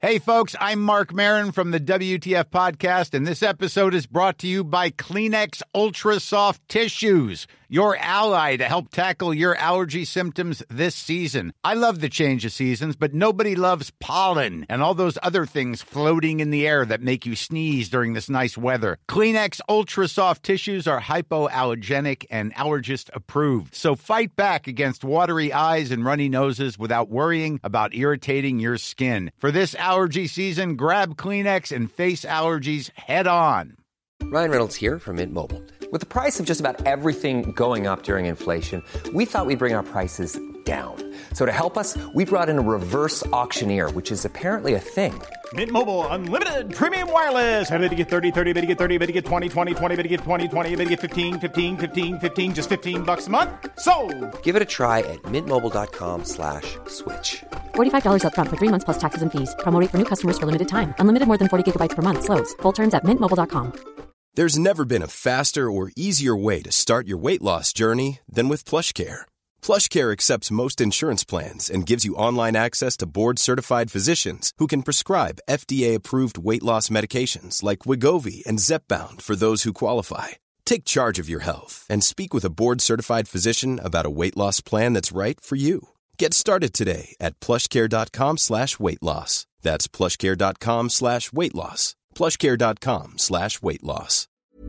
Hey folks, I'm Mark Maron from the WTF podcast, and this episode is brought to you by Kleenex Ultra Soft Tissues, your ally to help tackle your allergy symptoms this season. I love the change of seasons, but nobody loves pollen and all those other things floating in the air that make you sneeze during this nice weather. Kleenex Ultra Soft Tissues are hypoallergenic and allergist approved, so fight back against watery eyes and runny noses without worrying about irritating your skin. For this allergy season, grab Kleenex and face allergies head on. Ryan Reynolds here from Mint Mobile. With the price of just about everything going up during inflation, we thought we'd bring our prices down. So to help us, we brought in a reverse auctioneer, which is apparently a thing. Mint Mobile Unlimited Premium Wireless. How to get 30, 30, bit to get 30, bit to get 20, 20, 20, bit to get 20, 20, bit to get 15, 15, 15, 15, just $15 a month? Sold! Give it a try at mintmobile.com/switch. $45 up front for 3 months plus taxes and fees. Promo rate for new customers for limited time. Unlimited more than 40 gigabytes per month. Slows full terms at mintmobile.com. There's never been a faster or easier way to start your weight loss journey than with PlushCare. PlushCare accepts most insurance plans and gives you online access to board-certified physicians who can prescribe FDA-approved weight loss medications like Wegovy and Zepbound for those who qualify. Take charge of your health and speak with a board-certified physician about a weight loss plan that's right for you. Get started today at plushcare.com/weight-loss. That's plushcare.com/weight-loss. plushcare.com/weight-loss.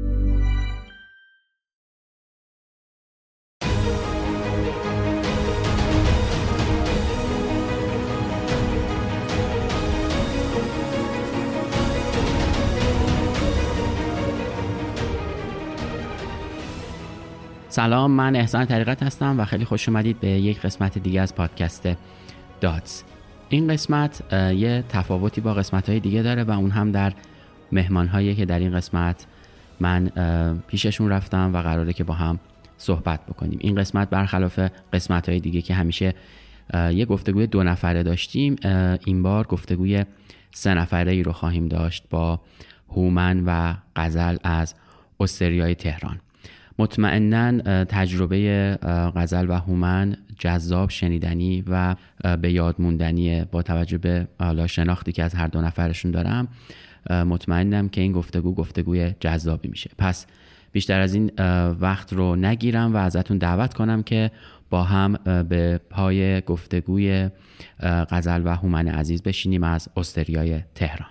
سلام، من احسان طریقت هستم و خیلی خوش اومدید به یک قسمت دیگه از پادکست داتس. این قسمت یه تفاوتی با قسمت‌های دیگه داره و اون هم در مهمان‌هایی که در این قسمت من پیششون رفتم و قراره که با هم صحبت بکنیم. این قسمت برخلاف قسمت‌های دیگه که همیشه یه گفتگوی 2 نفره داشتیم، این بار گفتگوی 3 نفره ای رو خواهیم داشت با هومن و غزل از استریای تهران. مطمئناً تجربه غزل و هومن جذاب، شنیدنی و به یاد موندنیه. با توجه به شناختی که از هر 2 نفرشون دارم، مطمئنم که این گفتگوی جذابی میشه. پس بیشتر از این وقت رو نگیرم و ازتون دعوت کنم که با هم به پای گفتگوی غزل و هومن عزیز بشینیم از استریای تهران.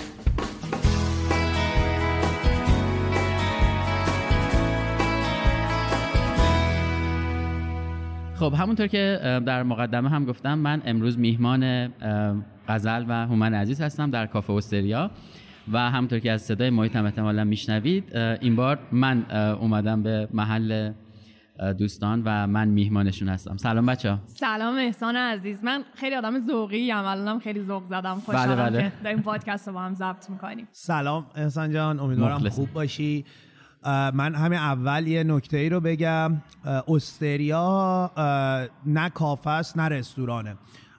خب همونطور که در مقدمه هم گفتم، من امروز میهمان غزل و هومن عزیز هستم در کافه استریا و همونطور که از صدای محیطم احتمالاً میشنوید، این بار من اومدم به محل دوستان و من میهمانشون هستم. سلام بچه‌ها. سلام احسان عزیز. من خیلی آدم ذوقی ام، الانم خیلی ذوق زدم. خوشحالم که در این پادکست رو با هم ضبط می‌کنیم. سلام احسان جان، امیدوارم خوب باشی. من همین اول یه نکته‌ای رو بگم. استریا نه کافه است نه رستورانه.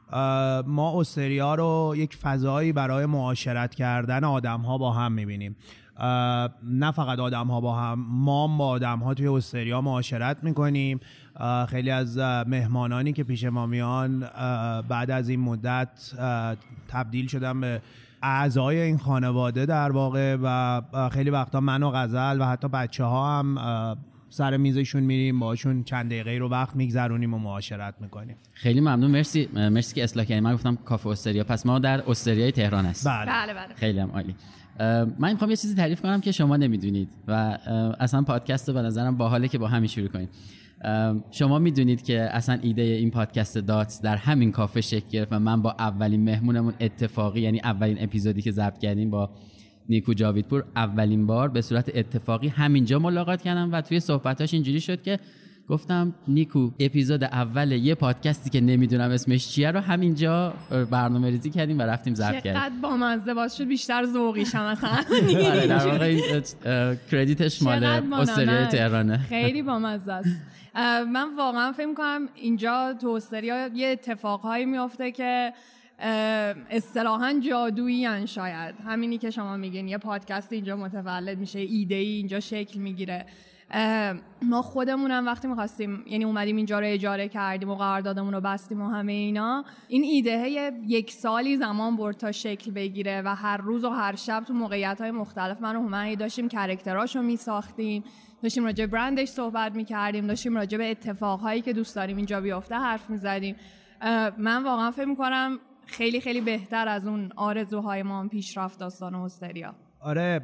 ما استریا رو یک فضایی برای معاشرت کردن آدم‌ها با هم می‌بینیم. نه فقط آدم‌ها با هم، ما با آدم‌ها توی استریا معاشرت می‌کنیم. خیلی از مهمانانی که پیش ما میان بعد از این مدت تبدیل شدن به اعضای این خانواده در واقع و خیلی وقتا من و غزل و حتی بچه‌ها هم سر میزشون میریم، باشون چند دقیقه رو وقت میگذرونیم و معاشرت میکنیم. خیلی ممنون. مرسی که اصلاح کردید. من گفتم کافه استریا، پس ما در استریای تهران هستیم. بله. خیلی هم عالی. من میخوام یه چیزی تعریف کنم که شما نمیدونید و اصلا پادکست رو به نظرم باحاله که با همین شروع کنیم. شما میدونید که اصلا ایده این پادکست داتس در همین کافه شکل گرفت و من با اولین مهمونمون اتفاقی، یعنی اولین اپیزودی که ضبط کردیم با نیکو جاویدپور، اولین بار به صورت اتفاقی همینجا ملاقات کردم و توی صحبتاش اینجوری شد که گفتم نیکو اپیزود اول یه پادکستی که نمیدونم اسمش چیه رو همینجا برنامه‌ریزی کردیم و رفتیم ضبط کردیم. چقدر بامزه باز شد، بیشتر ذوقیشم مثلا. در واقع کردیتش مال استریای تهرانه. خیلی بامزه است. من واقعا فکر می‌کنم اینجا تو استریا یه اتفاقهایی میفته که اصطلاحاً جادویی شاید همینی که شما میگین، یه پادکست اینجا متولد میشه، ایده‌ای اینجا شکل میگیره ما خودمونم وقتی می‌خواستیم، یعنی اومدیم اینجا رو اجاره کردیم و قراردادمون رو بستیم و همه اینا، این ایده 1 سالی زمان برد تا شکل بگیره و هر روز و هر شب تو موقعیت‌های مختلف من و هومن داشتیم کاراکتراشو می‌ساختیم، داشتیم راجع به برندش صحبت می‌کردیم، داشتیم راجع به اتفاقهایی که دوست داریم اینجا بیفته حرف می‌زدیم. من واقعا فکر می‌کنم خیلی خیلی بهتر از اون آرزوهای ما هم پیش رفت داستان استریا. آره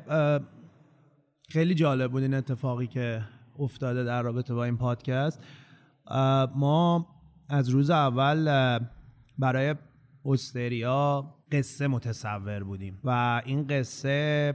خیلی جالب بود این اتفاقی که افتاده در رابطه با این پادکست. ما از روز اول برای استریا قصه متصور بودیم و این قصه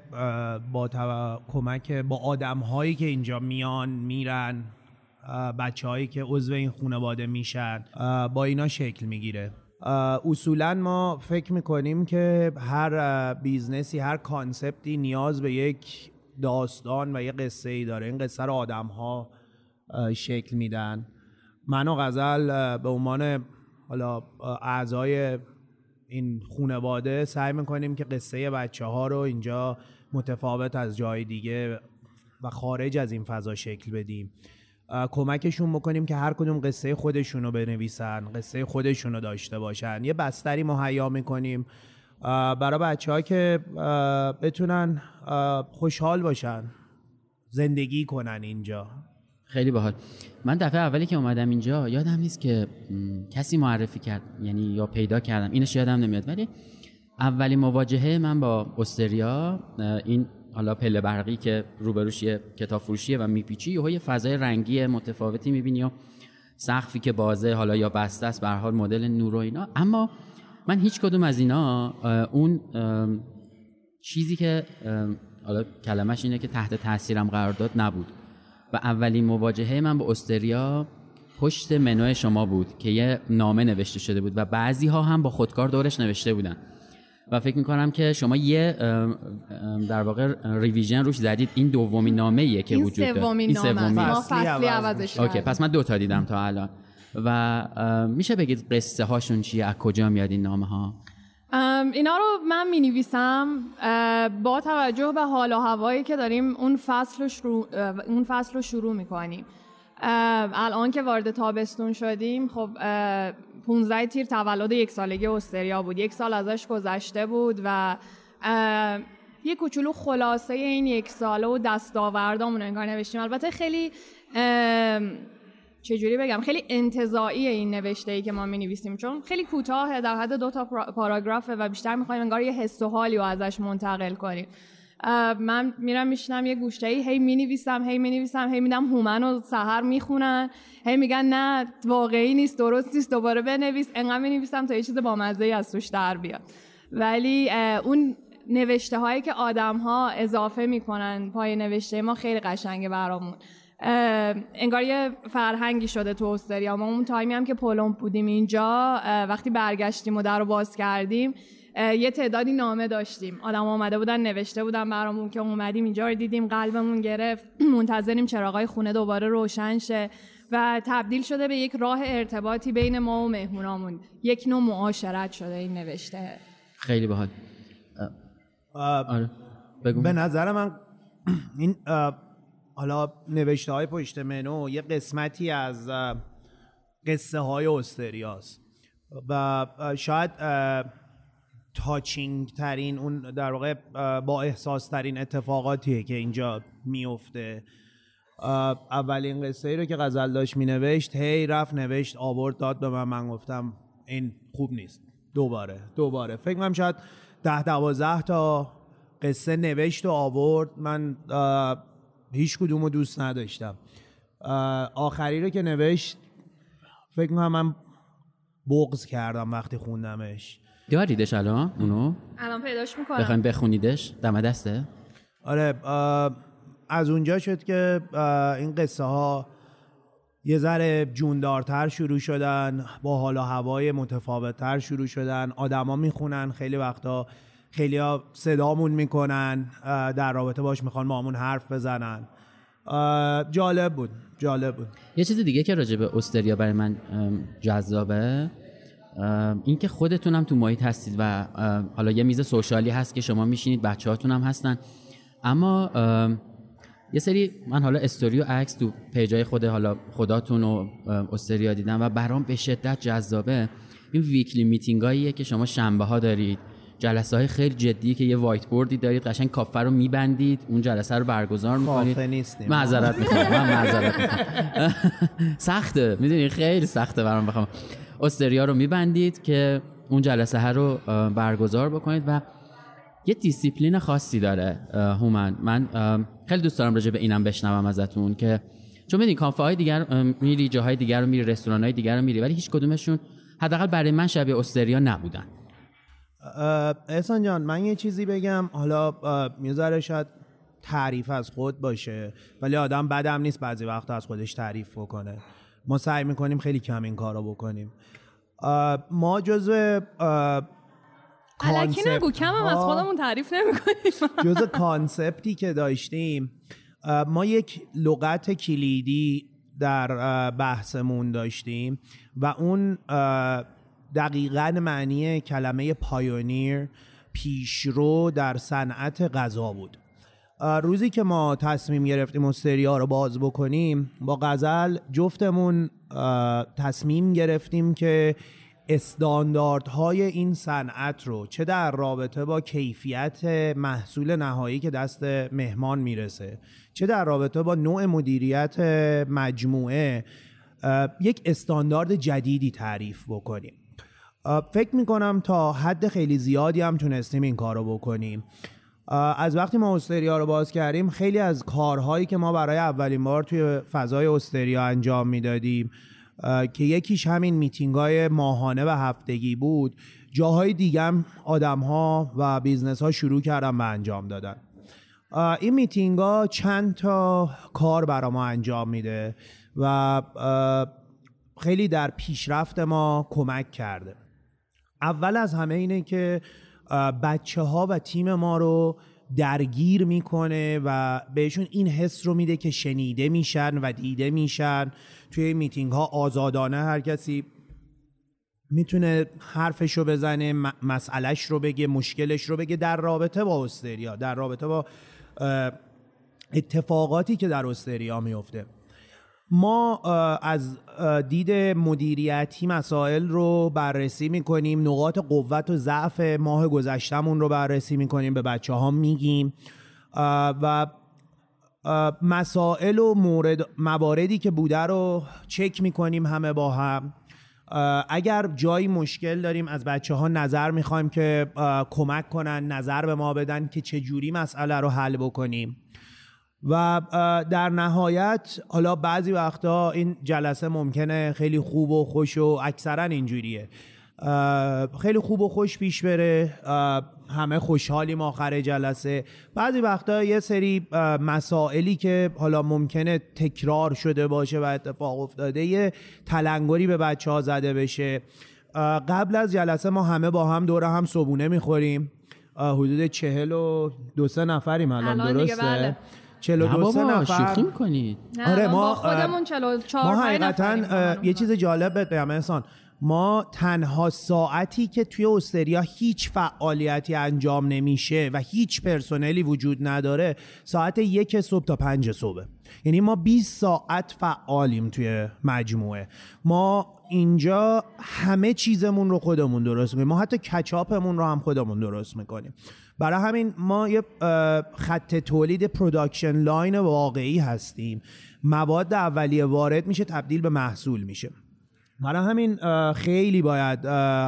با کمک با آدم‌هایی که اینجا میان میرن، بچه‌هایی که عضو این خانواده میشن، با اینا شکل میگیره. اصولاً ما فکر میکنیم که هر بیزنسی، هر کانسپتی نیاز به یک داستان و یک قصه ای داره. این قصه رو آدم‌ها شکل میدن. من و غزل به عنوان حالا اعضای این خانواده سعی میکنیم که قصه بچه‌ها رو اینجا متفاوت از جای دیگه و خارج از این فضا شکل بدیم، کمکشون بکنیم که هر کدوم قصه خودشون رو بنویسن، قصه خودشون رو داشته باشن. یه بستری مهیا میکنیم برای بچه‌ها که بتونن خوشحال باشن، زندگی کنن اینجا. خیلی باحال. من دفعه اولی که اومدم اینجا یادم نیست که کسی معرفی کرد، یعنی یا پیدا کردم، اینش یادم نمیاد، ولی اولین مواجهه من با استریا، این حالا پله برقی که روبروش یه کتاب فروشیه و میپیچی، یه فضای رنگی متفاوتی میبینی و سقفی که بازه حالا یا بسته است، به هر حال مدل نور و اینا. اما من هیچ کدوم از اینا اون چیزی که حالا کلمش اینه که تحت تاثیرم قرار داد نبود. و اولین مواجهه من با استریا پشت منوی شما بود که یه نامه نوشته شده بود و بعضی ها هم با خودکار دورش نوشته بودن و فکر میکنم که شما یه در واقع ریویژن روش زدید. این دومین نامه‌ایه که وجود داره. این سومین نامه است. ما فصلی عوضش کردیم. اوکی، پس من 2 تا دیدم تا الان. و میشه بگید قصه هاشون چیه، از کجا میاد این نامه ها؟ اینا رو من می نویسم با توجه به حال و هوایی که داریم اون فصل رو شروع میکنیم. الان که وارد تابستون شدیم، خب 15 تیر تولد 1 سالگی استریا بود. 1 سال ازش گذشته بود و یه کوچولو خلاصه این 1 ساله و دستاوردامون انگار نوشتیم. البته خیلی چجوری بگم، خیلی انتزاعی این نوشته‌ای که ما می‌نویسیم، چون خیلی کوتاهه، در حد 2 تا پاراگرافه و بیشتر می‌خوایم انگار یه حس و حالی رو ازش منتقل کنیم. من میرم میشینم یه گوشه‌ای، هی می‌نویسم هی میدم هومن و سحر میخونن، هی میگن نه واقعی نیست، درست نیست، دوباره بنویس. انقدر می‌نویسم تا یه چیز بامزه‌ای از توش در بیاد. ولی اون نوشته‌هایی که آدم‌ها اضافه می‌کنن پای نوشته ما خیلی قشنگه برامون. انگار یه فرهنگی شده تو استریا. ما اون تایمی هم که پولم بودیم اینجا، وقتی برگشتیم و در رو باز کردیم، یه تعدادی نامه داشتیم، آدم آمده بودن نوشته بودن برامون که اومدیم اینجا رو دیدیم، قلبمون گرفت، منتظریم چراغای خونه دوباره روشن شه و تبدیل شده به یک راه ارتباطی بین ما و مهمونامون. یک نوع معاشرت شده این نوشته. خیلی باحال. آره بگو. به نظر من این حالا نوشته های پشت منو یه قسمتی از قصه های استریاست و شاید تاچینگ ترین، اون در واقع با احساس ترین اتفاقاتیه که اینجا میفته. اولین قصه ای رو که غزل داشت می نوشت، هی رفت نوشت، آورد داد به من گفتم این خوب نیست، دوباره فکر کنم شاید 10-12 تا قصه نوشت و آورد. من هیچ کدومو دوست نداشتم. آخری رو که نوشت فکر کنم من بغض کردم وقتی خوندمش. داریدش الان اونو؟ الان پیداش میکنم. بخوایم بخونیدش دم دسته؟ آره، از اونجا شد که این قصه ها یه ذره جوندارتر شروع شدن، با حال و هوای متفاوت‌تر شروع شدن. آدما میخونن، خیلی وقتا خیلیا صدامون میکنن، در رابطه باش میخوان با همون حرف بزنن. جالب بود. یه چیز دیگه که راجع به استریا برای من جذابه، این که خودتونم تو محیط هستید و حالا یه میز سوشالی هست که شما میشینید، بچه‌هاتون هم هستن، اما یه سری من حالا استوری و عکس تو پیجای حالا خوداتون و استریا دیدم و برام به شدت جذابه. این ویکلی میتینگاییه که شما شنبه ها دارید، جلسه های خیلی جدی که یه وایت بوردی دارید، قشنگ کافه رو میبندید، اون جلسه رو برگزار میکنید. کافه نیستیم. معذرت میخوام. سخته، میدونی خیلی سخته برام بخوام. استریا رو میبندید که اون جلسه ها رو برگزار بکنید و یه دیسیپلین خاصی داره. هومن، من خیلی دوست دارم راجع به اینم بشنوم ازتون که چون میدونی کافه های دیگر میری، جاهای دیگر رو میری، رستوران های دیگر رو میری، ولی هیچ کدومشون حداقل برای من شبیه استریا نبودن. احسان جان، من یه چیزی بگم، حالا میذاره شاید تعریف از خود باشه، ولی آدم بدم نیست بعضی وقتا از خودش تعریف بکنه. ما سعی میکنیم خیلی کم این کارو بکنیم. ما جزو الکی نگو، کم هم از خودمون تعریف نمیکنیم. جزو کانسپتی که داشتیم، ما یک لغت کلیدی در بحثمون داشتیم و اون دقیقاً معنی کلمه پایونیر، پیشرو در صنعت غذا بود. روزی که ما تصمیم گرفتیم استریا رو باز بکنیم، با غزل جفتمون تصمیم گرفتیم که استانداردهای این صنعت رو چه در رابطه با کیفیت محصول نهایی که دست مهمان میرسه، چه در رابطه با نوع مدیریت مجموعه، یک استاندارد جدیدی تعریف بکنیم. فکر میکنم تا حد خیلی زیادی هم تونستیم این کار رو بکنیم. از وقتی ما استریا رو باز کردیم، خیلی از کارهایی که ما برای اولین بار توی فضای استریا انجام میدادیم که یکیش همین میتینگای ماهانه و هفتگی بود، جاهای دیگه هم آدم‌ها و بیزنس‌ها شروع کردن به انجام دادن. این میتینگا چند تا کار برای ما انجام میده و خیلی در پیشرفت ما کمک کرده. اول از همه اینه که بچه‌ها و تیم ما رو درگیر میکنه و بهشون این حس رو میده که شنیده میشن و دیده میشن. توی میتینگ ها آزادانه هر کسی میتونه حرفش رو بزنه، مسئلهش رو بگه، مشکلش رو بگه در رابطه با استریا، در رابطه با اتفاقاتی که در استریا میفته. ما از دید مدیریتی مسائل رو بررسی میکنیم، نقاط قوت و ضعف ماه گذشتمون رو بررسی میکنیم، به بچه ها میگیم و مسائل و مواردی که بوده رو چک میکنیم همه با هم. اگر جایی مشکل داریم از بچه ها نظر میخوایم که کمک کنن، نظر به ما بدن که چجوری مسئله رو حل بکنیم. و در نهایت حالا بعضی وقتا این جلسه ممکنه خیلی خوب و خوش و اکثرا اینجوریه، خیلی خوب و خوش پیش بره، همه خوشحالیم آخر جلسه. بعضی وقتا یه سری مسائلی که حالا ممکنه تکرار شده باشه و اتفاق افتاده، یه تلنگری به بچه ها زده بشه. قبل از جلسه ما همه با هم دور هم صبونه میخوریم، حدود 42 نفریم الان درسته؟ بله. 42 نفر شوخی میکنید؟ آره ما خودمون 44 ما حقیقتا یه چیز جالب بهت بگم احسان، ما تنها ساعتی که توی استریا هیچ فعالیتی انجام نمیشه و هیچ پرسنلی وجود نداره ساعت 1 صبح تا 5 صبح. یعنی ما 20 ساعت فعالیم توی مجموعه. ما اینجا همه چیزمون رو خودمون درست میکنیم، ما حتی کچاپمون رو هم خودمون درست میکنیم. برای همین ما یه خط تولید پروداکشن لاین واقعی هستیم. مواد اولیه وارد میشه، تبدیل به محصول میشه. برای همین خیلی باید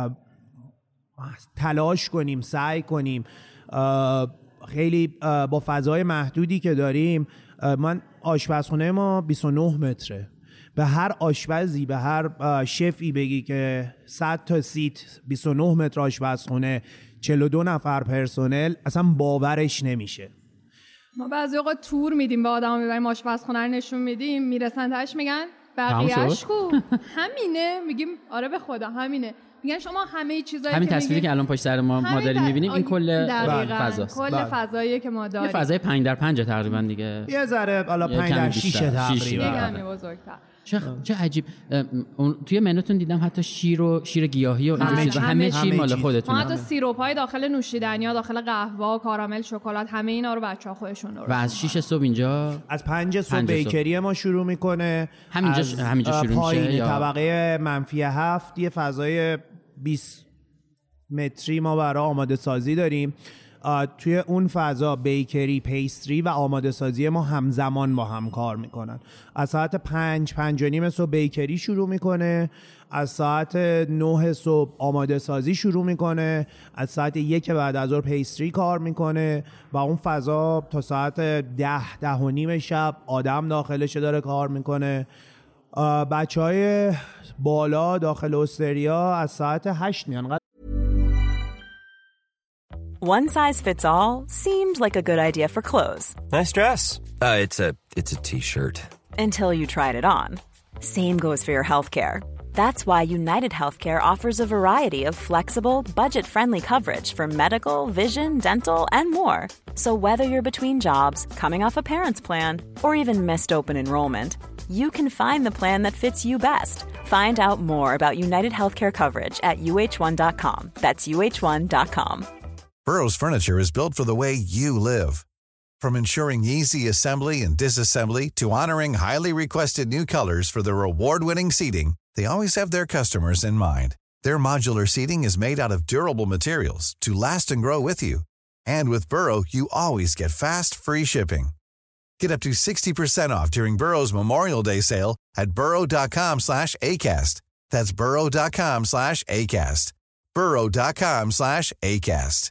تلاش کنیم، سعی کنیم. خیلی با فضای محدودی که داریم، من آشپزخونه ما 29 متره. به هر آشپزی، به هر شفی بگی که 100 تا سیت 29 متر آشپزخونه، 42 نفر پرسنل، اصلا باورش نمیشه. ما بعضی اوقات تور میدیم به آدما، میبریم آشپزخونه رو نشون میدیم، میرسن تاش میگن بقیه‌اش کو همینه؟ میگیم آره به خدا همینه. میگن شما همه چیزایی همین که تصویری که الان پشت سر ما داریم میبینیم این کل فضاست، کل فضاییه که ما داریم. یه فضای 5x5 تقریبا دیگه، یه ذره حالا 5x6 تقریبا. یه کمی بزرگتر. چه عجیب. توی منوتون دیدم حتی شیر گیاهی و اینجور چیزا، همه چی مال خودتونه. ما حتی سیروپای داخل نوشیدنی‌ها، داخل قهوه، کارامل، شکلات، همه اینا رو بچه‌ها خودشون درست. و از 6 صبح اینجا از 5 صبح بیکری ما شروع میکنه. همینجا شروع میشه یا طبقه -7 یه فضای 20 متری ما برای آماده سازی داریم. توی اون فضا بیکری، پیستری و آماده سازی ما همزمان با هم کار میکنن. از ساعت 5:05 صبح بیکری شروع میکنه، از ساعت 9 صبح آماده سازی شروع میکنه، از ساعت 1 بعد از ظهر پیستری کار میکنه و اون فضا تا ساعت 10:10:30 شب آدم داخلش داره کار میکنه. بچهای بالا داخل اوستریا از ساعت 8 میان. One size fits all seemed like a good idea for clothes. Nice dress. It's a t-shirt. Until you tried it on. Same goes for your healthcare. That's why United Healthcare offers a variety of flexible, budget-friendly coverage for medical, vision, dental, and more. So whether you're between jobs, coming off a parent's plan, or even missed open enrollment, you can find the plan that fits you best. Find out more about United Healthcare coverage at uh1.com. That's uh1.com. Burrow's furniture is built for the way you live. From ensuring easy assembly and disassembly to honoring highly requested new colors for their award-winning seating, they always have their customers in mind. Their modular seating is made out of durable materials to last and grow with you. And with Burrow, you always get fast, free shipping. Get up to 60% off during Burrow's Memorial Day sale at burrow.com/ACAST. That's burrow.com/ACAST. burrow.com/ACAST.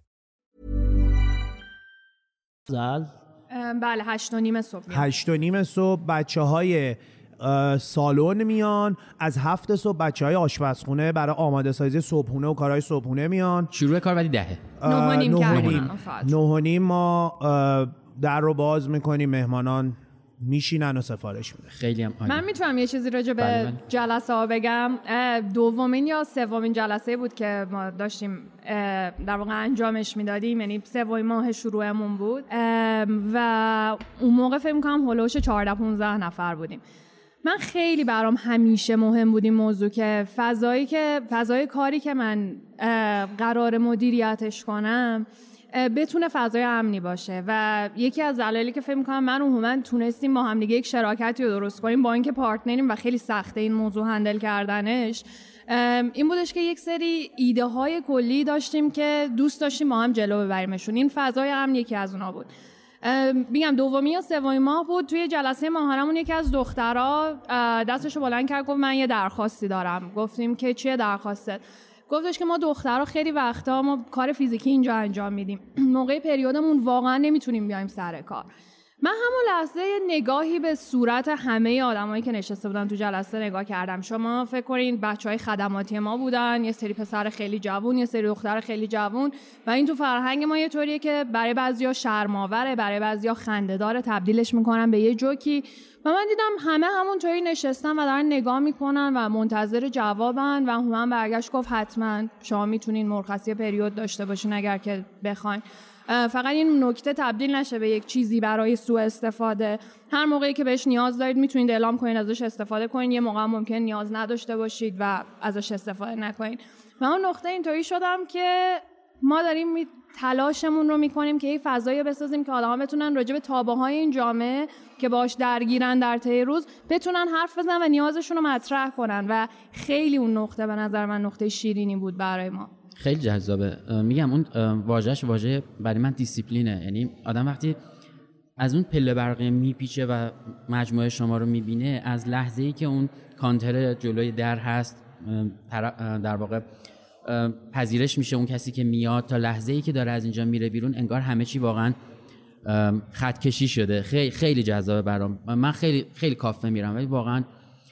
بله 8:30 صبح 8:30 صبح بچه‌های سالن میان. از 7 صبح بچه‌های آشپزخونه برای آماده سازی صبحونه و کارهای صبحونه میان. شروع کار ولی 10. 9:30 ما در رو باز میکنیم، مهمانان میشینن و سفارش میدن. خیلی هم عالی. من میتونم یه چیزی راجع به جلسه ها بگم. دومین یا سومین جلسه بود که ما داشتیم در واقع انجامش میدادیم، یعنی سومین ماه شروعمون بود و اون موقع فکر می‌کنم هولوش 14-15 نفر بودیم. من خیلی برام همیشه مهم بود این موضوع که فضای کاری که من قرار مدیریتش کنم بتونه فضای امنی باشه و یکی از دلایلی که فکر می‌کنم من و هومن تونستیم با هم دیگه یک شراکتی رو درست کنیم با اینکه پارتنریم و خیلی سخته این موضوع هندل کردنش، این بودش که یک سری ایده های کلی داشتیم که دوست داشتیم با هم جلو ببریمشون. این فضای امن یکی از اونها بود. میگم دومی یا سومی ماه بود. توی جلسه ماهرمون یکی از دخترها دستشو بلند کرد، گفت من یه درخواستی دارم. گفتیم که چیه درخواستت؟ گفتش که ما دخترها خیلی وقتا ما کار فیزیکی اینجا انجام میدیم، موقع پریودمون واقعا نمیتونیم بیایم سر کار. من همون لحظه نگاهی به صورت همه آدمایی که نشسته بودن تو جلسه نگاه کردم. شما فکر کنین بچهای خدماتی ما بودن، یه سری پسر خیلی جوون، یه سری دختر خیلی جوون و این تو فرهنگ ما یه طوریه که برای بعضیا شرم‌آوره، برای بعضیا خنده‌دار، تبدیلش میکنن به یه جوکی و من دیدم همه همونطوری نشستن و دارن نگاه میکنن و منتظر جوابن و هومن برگشت گفت حتما شما میتونین مرخصی پریود داشته باشین اگر که بخواین، فقط این نکته تبدیل نشه به یک چیزی برای سوء استفاده. هر موقعی که بهش نیاز دارید میتونید اعلام کنین ازش استفاده کنین، یه موقع ممکن نیاز نداشته باشید و ازش استفاده نکنین. و اون نقطه اینطوری شدم که ما داریم تلاشمون رو میکنیم که این فضایی بسازیم که آدم‌ها بتونن راجع به تابع‌های این جامعه که باش درگیرن در طی روز بتونن حرف بزنن و نیازشون رو مطرح کنن و خیلی اون نقطه به نظر من نقطه شیرینی بود برای ما. خیلی جذابه. میگم اون واژه برای من دیسیپلینه. یعنی آدم وقتی از اون پله برقی میپیچه و مجموعه شما رو میبینه، از لحظه‌ای که اون کانتر جلوی در هست در واقع پذیرش میشه اون کسی که میاد تا لحظه‌ای که داره از اینجا میره بیرون، انگار همه چی واقعا خط کشی شده. خیلی جذابه برام. من خیلی کافه میرم ولی واقعا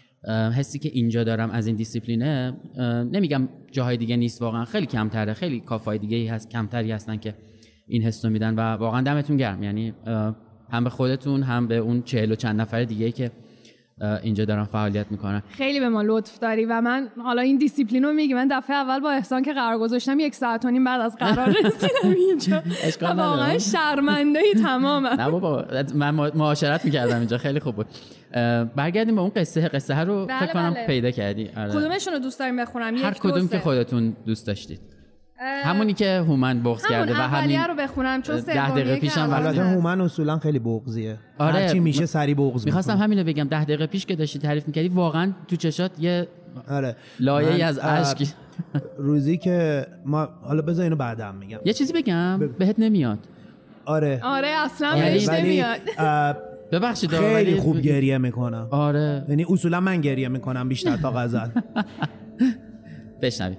حسی که اینجا دارم از این دیسیپلینه، نمیگم جاهای دیگه نیست، واقعا خیلی کمتره. خیلی کافه‌های دیگه‌ای هست کمتری هستن که این حس رو میدن و واقعا دمتون گرم. یعنی هم به خودتون هم به اون 40 و چند نفر دیگه‌ای که اینجا دارن فعالیت میکنن. خیلی به ما لطف داری و من حالا این دیسیپلین رو میگی. من دفعه اول با احسان که قرار گذاشتم 1.5 ساعت بعد از قرار رسیدم اینجا. واقعا شرمنده ای تماما. نه بابا من معاشرت میکردم اینجا، خیلی خوب بود. برگردیم به اون قصه رو فکر کنم پیدا کردی. کدومشون رو دوست داریم بخونم؟ هر کدوم که خودتون دوست داشتید. همونی که هومن بغض کرده و همین رو بخونم چون 10 دقیقه پیشم البته هومن اصولا خیلی بغضیه. آره هرچی میشه سری بغض. می‌خواستم همینو بگم. 10 دقیقه پیش که داشتی تعریف می‌کردی واقعا تو چشات یه لایه‌ای از اشک. روزی که ما حالا بذار اینو بعدم میگم. یه چیزی بگم بهت نمیاد. آره اصلا بهش نمیاد. ببخشید خیلی خوب گریه میکنم. آره یعنی اصولا من گریه میکنم بیشتر تا غزل. بشنوید.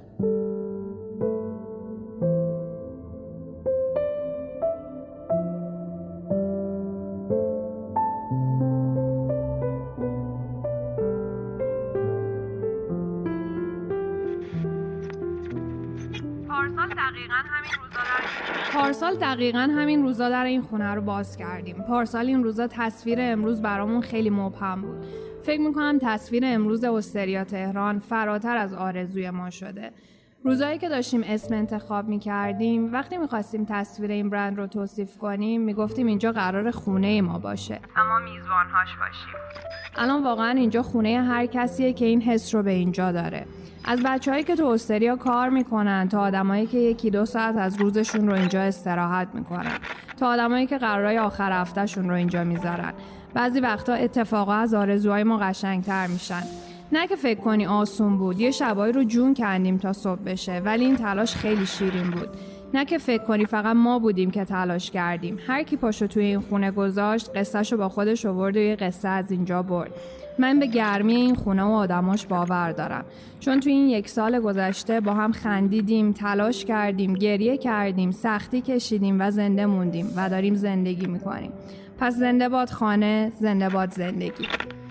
پارسال دقیقاً همین روزا در این خونه رو باز کردیم. پارسال این روزا تصویر امروز برامون خیلی مبهم بود. فکر میکنم تصویر امروز استریا تهران فراتر از آرزوی ما شده. روزایی که داشتیم اسم انتخاب میکردیم، وقتی میخواستیم تصویر این برند رو توصیف کنیم میگفتیم اینجا قرار خونه ما باشه، اما میزبانهاش باشیم. الان واقعا اینجا خونه هر کسیه که این حس رو به اینجا داره. از بچه‌هایی که تو استریا کار میکنن تا آدمایی که 1-2 ساعت از روزشون رو اینجا استراحت میکنن، تا آدمایی که قرارای آخر هفتهشون رو اینجا میذارن. بعضی وقتا اتفاقا از آرزوهای ما قشنگتر میشن. نه که فکر کنی آسون بود، یه شبایی رو جون کندیم تا صبح بشه، ولی این تلاش خیلی شیرین بود. نه که فکر کنی فقط ما بودیم که تلاش کردیم. هر کی پاشو توی این خونه گذاشت قصهشو با خودش آورد و یه قصه از اینجا برد. من به گرمی این خونه و آدماش باور دارم، چون توی این 1 سال گذشته با هم خندیدیم، تلاش کردیم، گریه کردیم، سختی کشیدیم و زنده موندیم و داریم زندگی میکنیم. پس زنده باد خانه، زنده باد زندگی.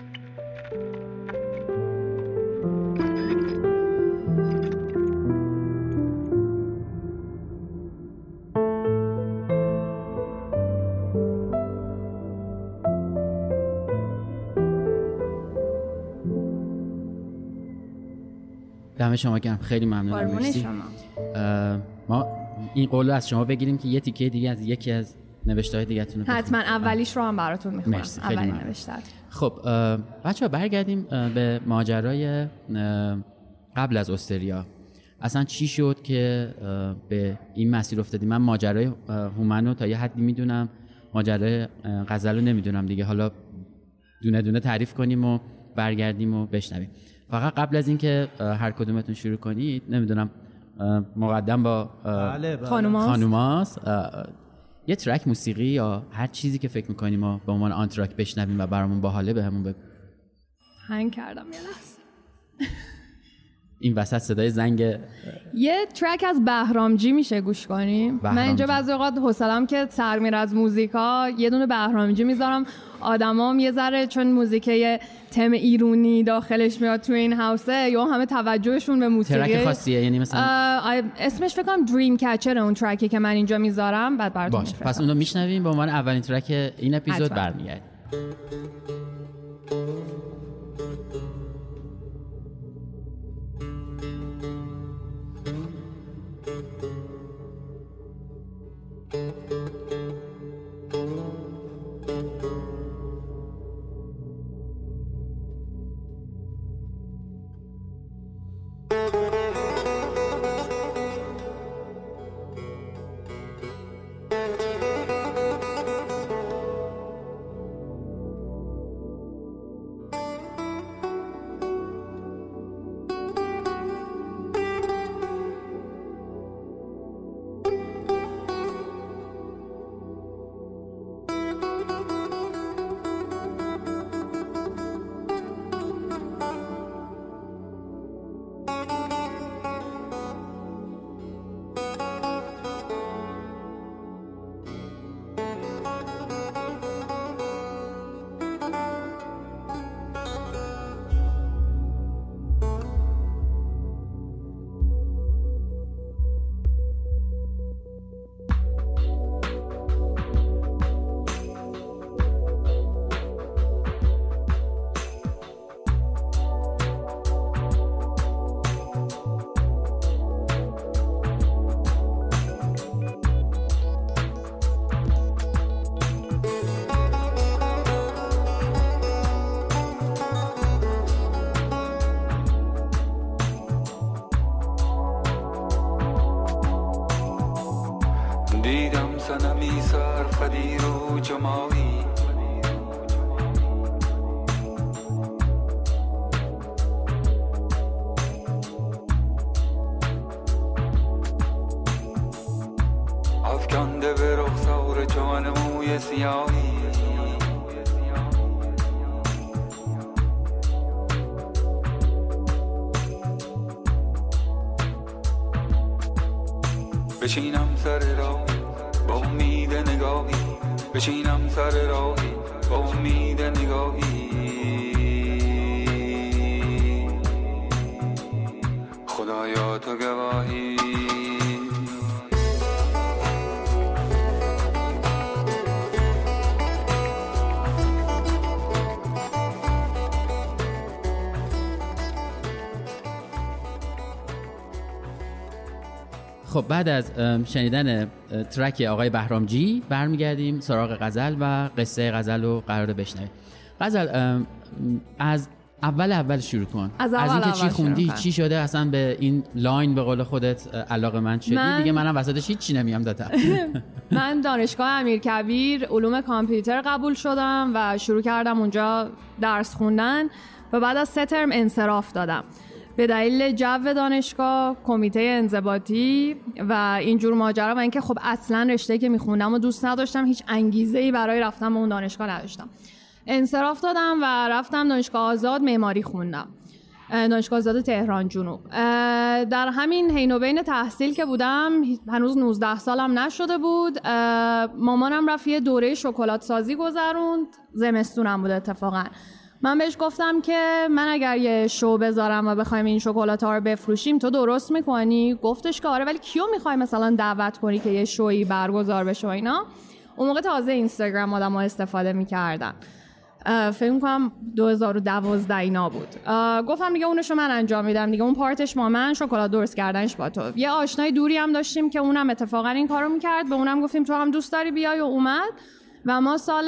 دم شما گرم، خیلی ممنونم. مرسی. ما این قول از شما بگیریم که یه تیکه دیگه از یکی از نوشته‌های دیگه‌تون رو حتما اولیش رو هم براتون می‌خونم. اولی نوشته. خب بچه‌ها برگردیم به ماجرای قبل از استریا. اصلا چی شد که به این مسیر افتادیم؟ من ماجرای هومن رو تا یه حدی میدونم، ماجرای غزل رو نمیدونم دیگه. حالا دونه دونه تعریف کنیم و برگردیم و بشنویم. فقط قبل از اینکه هر کدومتون شروع کنید، نمیدونم مقدم با خانوماست یه ترک موسیقی یا هر چیزی که فکر میکنیم ما به عنوان آنتراک بشنویم و برامون باحاله بهمون بگو. هنگ کردم یه لحظه. این وسط صدای زنگ یه ترک از بهرامجی میشه گوش کنیم. من اینجا بعضی اوقات حوصله‌ام که سر میره از موزیکا، یه دونه بهرامجی میذارم. آدمام یه ذره چون موزیک تم ایرونی داخلش میاد تو این هاوسه، یا همه توجهشون به موسیقی. ترک خاصیه یعنی مثلا اسمش فکر کنم دریم کچر اون ترکی که من اینجا میذارم، بعد براتون میفرستم. پس اونو میشنویم به عنوان اولین ترک این اپیزود. برمیگردیم. صنمی سرفدیر و جمالی افکنده به رخسار جوان موی سیاهی بشینم سر راهی با امید نگاهی بشینم سر راهی با امید نگاهی خدایا تو گواهی خب بعد از شنیدن ترک آقای بهرامجی برمیگردیم سراغ غزل و قصه غزل رو قراره بشنویم. غزل از اول شروع کن. از اینکه چی خوندی، چی شده اصلا به این لاین به قول خودت علاقه‌مند شدی؟ دیگه منم وسطش هیچ نمیام دادم. من دانشگاه امیرکبیر علوم کامپیوتر قبول شدم و شروع کردم اونجا درس خوندن و بعد از 3 ترم انصراف دادم به دلیل جو دانشگاه، کمیته انضباطی و اینجور ماجرا و اینکه خب اصلا رشته‌ای که میخوندم و دوست نداشتم، هیچ انگیزه‌ای برای رفتن به اون دانشگاه نداشتم. انصراف دادم و رفتم دانشگاه آزاد معماری خوندم. دانشگاه آزاد تهران جنوب. در همین حین و بین تحصیل که بودم، هنوز 19 سالم نشده بود، مامانم رفت یه دوره شکلات سازی گذروند. زمستونم بود اتفاقا. من بهش گفتم که من اگر یه شو بذارم و بخوایم این شکلات‌ها رو بفروشیم تو درست میکنی؟ گفتش که آره، ولی کیو میخوای مثلا دعوت کنی که یه شویی برگزار بشه و اینا؟ اون موقع تازه اینستاگرام آدم‌ها استفاده میکردن، فکر میکنم 2012 اینا بود. گفتم دیگه اونشو من انجام میدم دیگه، اون پارتش با من، شکلات درست کردنش با تو. یه آشنای دوری هم داشتیم که اونم اتفاقا این کارو میکرد، به اونم گفتیم تو هم دوست داری بیای و اومد و ما سال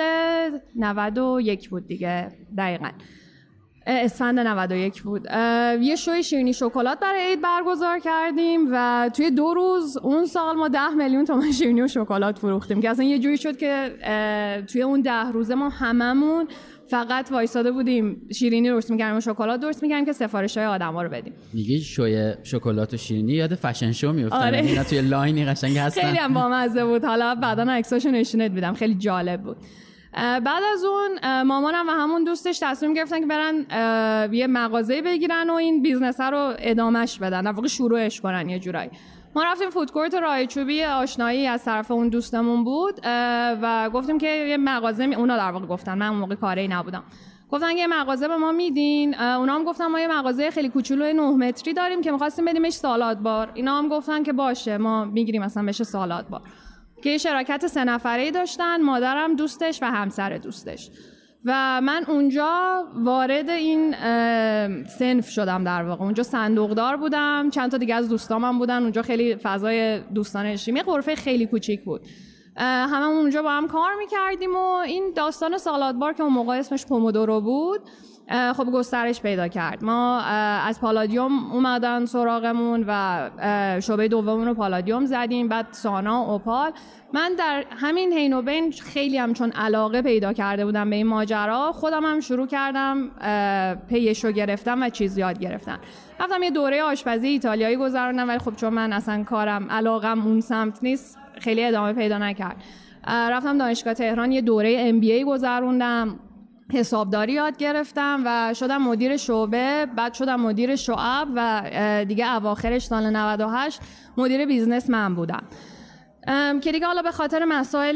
91 بود دیگه، دقیقاً اسفند 91 بود، یه شوی شیرینی شکلات برای عید برگزار کردیم و توی 2 روز اون سال ما 10 میلیون تومان شیرینی و شکلات فروختیم که اصلا یه جوری شد که توی اون 10 روزه ما هممون فقط وایساده بودیم شیرینی درست می‌کردیم و شکلات درست می‌کردیم که سفارش‌های آدم‌ها رو بدیم. میگی شوی شکلات و شیرینی یاد فشن شو میافتن. آره. اینا توی لاینی قشنگ هستن. خیلی هم بامزه بود. حالا بعداً عکساشو نشونت میدم، خیلی جالب بود. بعد از اون مامانم و همون دوستش تصمیم گرفتن که برن یه مغازه بگیرن و این بیزنس رو ادامهش بدن، در واقع شروعش کنن یه جورایی. ما رفتیم فودکورت رایچوبی، آشنایی از طرف اون دوستمون بود و گفتیم که یه مغازه اونا در واقع گفتن، من اون موقع کاری نبودم، گفتن یه مغازه به ما میدین؟ اونا هم گفتن ما یه مغازه خیلی کوچولوی 9 متری داریم که می‌خواستیم بدیمش سالاد بار. اینا هم گفتن که باشه ما میگیریم مثلا بشه سالاد بار. که یه شراکت 3 نفره‌ای داشتن، مادرم، دوستش و همسر دوستش. و من اونجا وارد این صنف شدم، در واقع اونجا صندوقدار بودم، چند تا دیگه از دوستامم بودن اونجا، خیلی فضای دوستانه داشتیم، یه غرفه خیلی کوچیک بود، هممون اونجا با هم کار میکردیم و این داستان سالاد بار که اون موقع اسمش پومودورو بود خب گسترش پیدا کرد. ما از پالادیوم اومدن سراغمون و شعبه دوممون رو پالادیوم زدیم، بعد سانا، اوپال. من در همین حین و بین خیلی هم چون علاقه پیدا کرده بودم به این ماجرا، خودم هم شروع کردم پیشو گرفتم و چیز یاد گرفتن. رفتم یه دوره آشپزی ایتالیایی گذروندم، ولی خب چون من اصلا کارم علاقم اون سمت نیست خیلی ادامه پیدا نکرد. رفتم دانشگاه تهران یه دوره MBA گذروندم، حسابداری یاد گرفتم و شدم مدیر شعبه، بعد شدم مدیر شعب و دیگه اواخرش سال 98 مدیر بیزنس من بودم که دیگه حالا به خاطر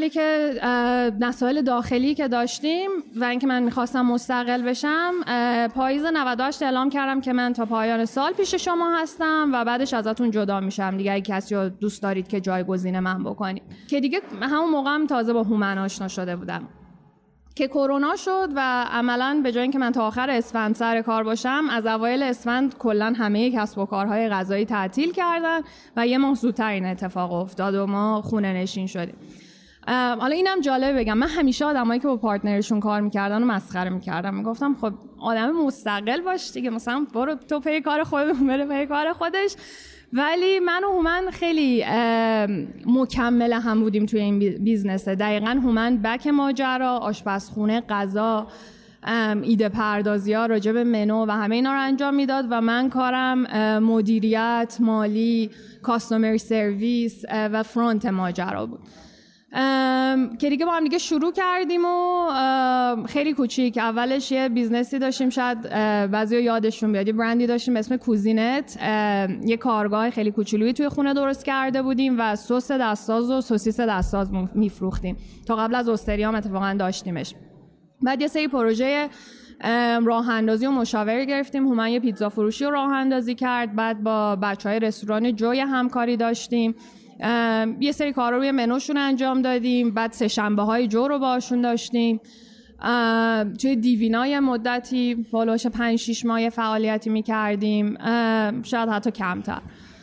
مسائل داخلی که داشتیم و اینکه من میخواستم مستقل بشم، پاییز 98 اعلام کردم که من تا پایان سال پیش شما هستم و بعدش ازتون جدا میشم دیگه، اگه کسی رو دوست دارید که جایگزین من بکنید. که دیگه همون موقع هم تازه با هومن آشنا شده بودم که کرونا شد و عملاً به جای اینکه من تا آخر اسفند سر کار باشم، از اوایل اسفند کلاً همه کسب و کارهای غذایی تعطیل کردن و یه ماه زودتر این اتفاق افتاد و ما خونه نشین شدیم. حالا اینم جالبه بگم، من همیشه آدمایی که با پارتنرشون کار میکردن و مسخره میکردم، میگفتم خب آدم مستقل باش دیگه، مثلا برو تو پی کار خودت، بره پی کار خودش. ولی من و هومن خیلی مکمل هم بودیم توی این بیزنسه. دقیقاً هومن بک ماجرا، آشپزخونه، غذا، ایده پردازی ها راجع به منو و همه اینا رو انجام میداد و من کارم مدیریت، مالی، کاستومر سرویس و فرانت ماجرا بود. که دیگه با هم دیگه شروع کردیم و خیلی کوچیک. اولش یه بیزنسی داشتیم، شاید بعضیا یادشون بیاد، یه برندی داشتیم به اسم کوزینت، یه کارگاه خیلی کوچولویی توی خونه درست کرده بودیم و سس دستساز و سوسیس دستساز میفروختیم. تا قبل از اوستریا هم اتفاقا داشتیمش. بعد یه سری پروژه راه اندازی و مشاوره گرفتیم. هومن یه پیتزا فروشی رو راه اندازی کرد. بعد با بچهای رستوران جوی همکاری داشتیم، یه سری کارا روی منوشون انجام دادیم. بعد سه شنبه های جو رو باشون داشتیم. توی دیوینای مدتی فالوش 5-6 ماه فعالیتی میکردیم، شاید حتی کمتر.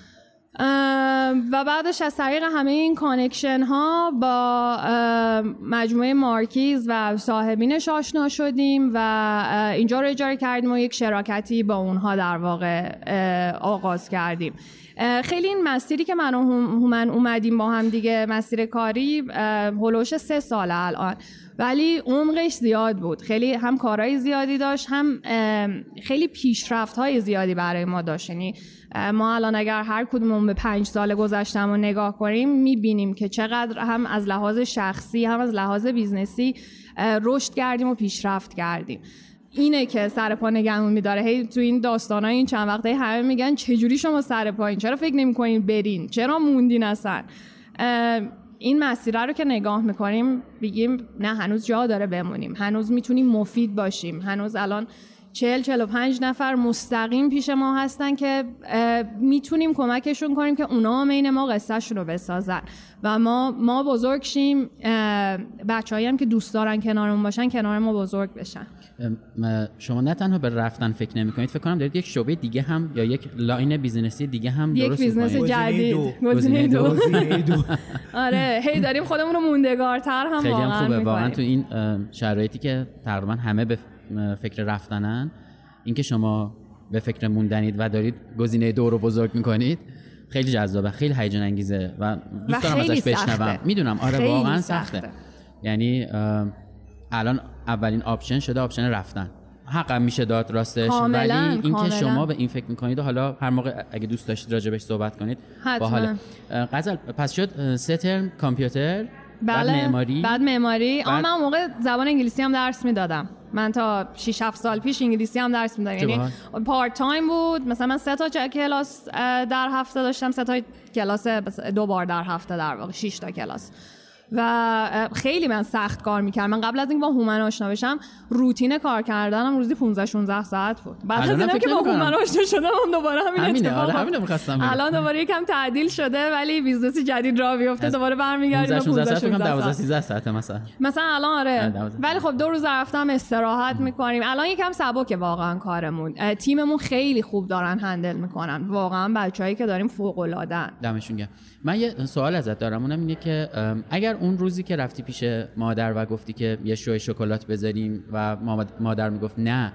و بعدش از طریق همه این کانکشن ها با مجموعه مارکیز و صاحبینش آشنا شدیم و اینجا رو اجاره کردیم و یک شراکتی با اونها در واقع آغاز کردیم. خیلی این مسیری که من و هومن اومدیم با هم دیگه، مسیر کاری هلوش 3 ساله الان، ولی عمقش زیاد بود. خیلی هم کارهای زیادی داشت، هم خیلی پیشرفت‌های زیادی برای ما داشت. یعنی ما الان اگر هر کدوممون به 5 سال گذشته‌مون نگاه کنیم می‌بینیم که چقدر هم از لحاظ شخصی هم از لحاظ بیزنسی رشد کردیم و پیشرفت کردیم. اینه که سر پا نگهمون می‌داره. هی تو این داستانای این چند وقته همه میگن چجوری شما سر پایین، چرا فکر نمی‌کنین برین، چرا موندین اصلا. این مسیر رو که نگاه میکنیم بگیم نه، هنوز جا داره بمونیم، هنوز میتونیم مفید باشیم. هنوز الان 40-45 نفر مستقیم پیش ما هستن که میتونیم کمکشون کنیم که اونا عین ما قصه شون رو بسازن و ما بزرگ شیم. بچه‌هایی هم که دوست دارن کنارمون باشن کنار ما بزرگ بشن. شما نه تنها به رفتن فکر نمی‌کنید، فکر کنم دارید یک شعبه دیگه هم یا یک لاین بیزینسی دیگه هم درست می‌کنید. یک بیزنس جدید، گزینه دو. آره، هی داریم خودمون رو موندگارتر هم خیلی واقعا خوبه. می‌کنیم. واقعا تو این شرایطی که تقریبا همه به فکر رفتنن، اینکه شما به فکر موندنید و دارید گزینه 2 رو بزرگ می‌کنید خیلی جذابه، خیلی هیجان انگیزه و دوست دارم ازش بشنوم. میدونم آره واقعا سخته. یعنی الان اولین آپشن شده آپشن رفتن. حقم میشه داد راستش، ولی اینکه شما به این فکر میکنید و حالا هر موقع اگه دوست داشتید راجبش صحبت کنید باحاله. غزل، پس شد 3 ترم کامپیوتر، بعد معماری. من موقع زبان انگلیسی هم درس میدادم. من تا 6-7 سال پیش انگلیسی هم درس میدادم، یعنی پارت تایم بود. مثلا من 3 تا کلاس در هفته داشتم، 3 تا کلاس 2 بار در هفته، در واقع 6 تا کلاس. و خیلی من سخت کار میکردم. من قبل از اینکه با هومن آشنا بشم روتین کار کردنم روزی 15-16 ساعت بود. بعد از اینکه با هومن آشنا شدم دوباره همین اتفاق می‌خواستم. الان دوباره یکم تعدیل شده ولی بیزنس جدید راه بیفته، دوباره برمیگردیم 15 ساعت 12-13 ساعت مثلا الان. آره، ولی خب 2 روز رفتم استراحت میکنیم. الان یکم سبکه واقعا کارمون. تیممون خیلی خوب دارن هندل میکنن، واقعا بچه‌ای که داریم فوق العاده. دمشون گرم. من یه سوال ازت دارم، اونم اینه که اگر اون روزی که رفتی پیش مادر و گفتی که یه شوی شکلات بذاریم و مادر میگفت نه،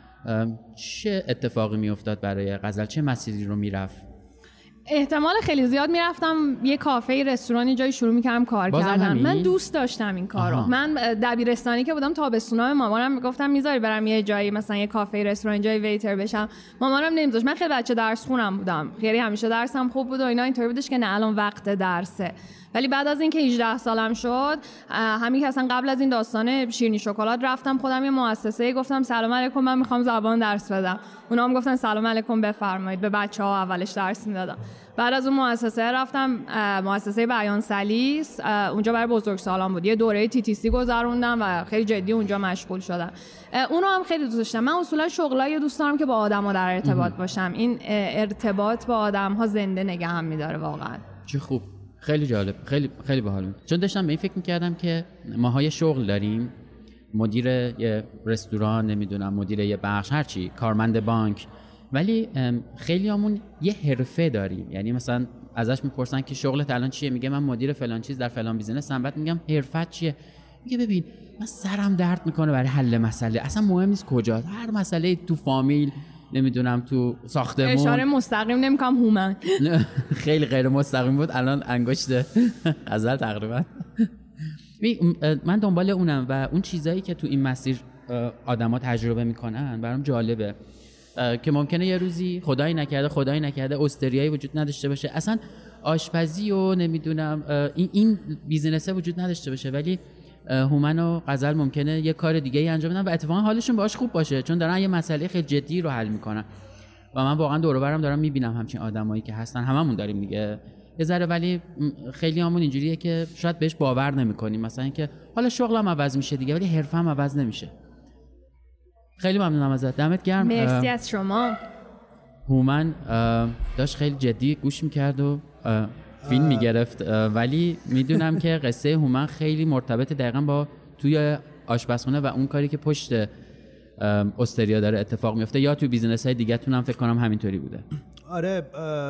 چه اتفاقی میافتاد برای غزل؟ چه مسیری رو میرفت؟ احتمال خیلی زیاد میرفتم یه کافه رستورانی جایی شروع میکردم کار کردن. من دوست داشتم این کارو. من دبیرستانی که بودم تابستونا مامانم میگفتم میذاری برم یه جایی مثلا یه کافه رستوران جای ویتر بشم، مامانم نمیذاشت. من خیلی بچه درس خونم بودم، خیلی همیشه درسم خوب بود و اینا، اینطوری بودش که نه الان وقت درسه. ولی بعد از اینکه 18 سالم شد، همین که اصلا قبل از این داستان شیرینی شکلات رفتم خودم یه مؤسسه، گفتم سلام علیکم من میخوام زبان درس بدم. اونا هم گفتن سلام علیکم بفرمایید. به بچه‌ها اولش درس میدادم. بعد از اون مؤسسه رفتم مؤسسه بیان سلیس، اونجا برای بزرگسالان بود. یه دوره TTC گذروندم و خیلی جدی اونجا مشغول شدم. اونو هم خیلی دوست داشتم. من اصولا شغلای دوست دارم که با آدم‌ها در ارتباط باشم. این ارتباط با آدم‌ها زنده نگهم می‌داره واقعا. چه خوب. خیلی جالب، خیلی خیلی باحال. چون داشتم به این فکر می‌کردم که ماها یه شغل داریم، مدیر یه رستوران، نمیدونم مدیر یه بخش، هرچی، کارمند بانک، ولی خیلیامون یه حرفه داریم. یعنی مثلا ازش میپرسن که شغلت الان چیه، میگه من مدیر فلان چیز در فلان بیزنسم. بعد میگم حرفت چیه؟ میگه ببین من سرم درد میکنه برای حل مسئله، اصلا مهم نیست کجا، هر مسئله تو فامیل نمیدونم تو ساختمون. اشاره مستقیم نمیکنم هومن. خیلی غیر مستقیم بود، الان انگشت غزل تقریبا. من دنبال اونم و اون چیزایی که تو این مسیر آدما تجربه میکنن برام جالبه که ممکنه یه روزی خدایی نکرده استریایی وجود نداشته باشه، اصلا آشپزی و نمیدونم این بیزینسه وجود نداشته باشه، ولی هومن و غزل ممکنه یه کار دیگه ای انجام بدن و اتفاقا حالشون باهاش خوب باشه، چون دارن یه مسئله خیلی جدی رو حل میکنن. و من واقعا دور و برم دارم میبینم همچین آدمایی که هستن، هممون داریم دیگه یه ذره، ولی خیلی همون اینجوریه که شاید بهش باور نمیکنیم، مثلا اینکه حالا شغلم عوض میشه دیگه ولی حرفم عوض نمیشه. خیلی ممنونم ازت، دمت گرم. مرسی از شما. هومن داشت خیلی جدی گوش میکرد و فیلم میگرفت، ولی میدونم که قصه هومن خیلی مرتبط دقیقا با توی آشپزخونه و اون کاری که پشت استریا داره اتفاق میفته، یا تو بیزینس های دیگه تونم فکر کنم همینطوری بوده. آره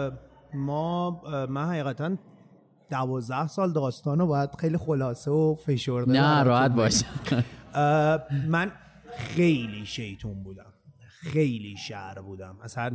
من حقیقتا 12 سال داستانو باید خیلی خلاصه و فشرده نه راحت باش. من خیلی شیطون بودم، خیلی شر بودم، اصلا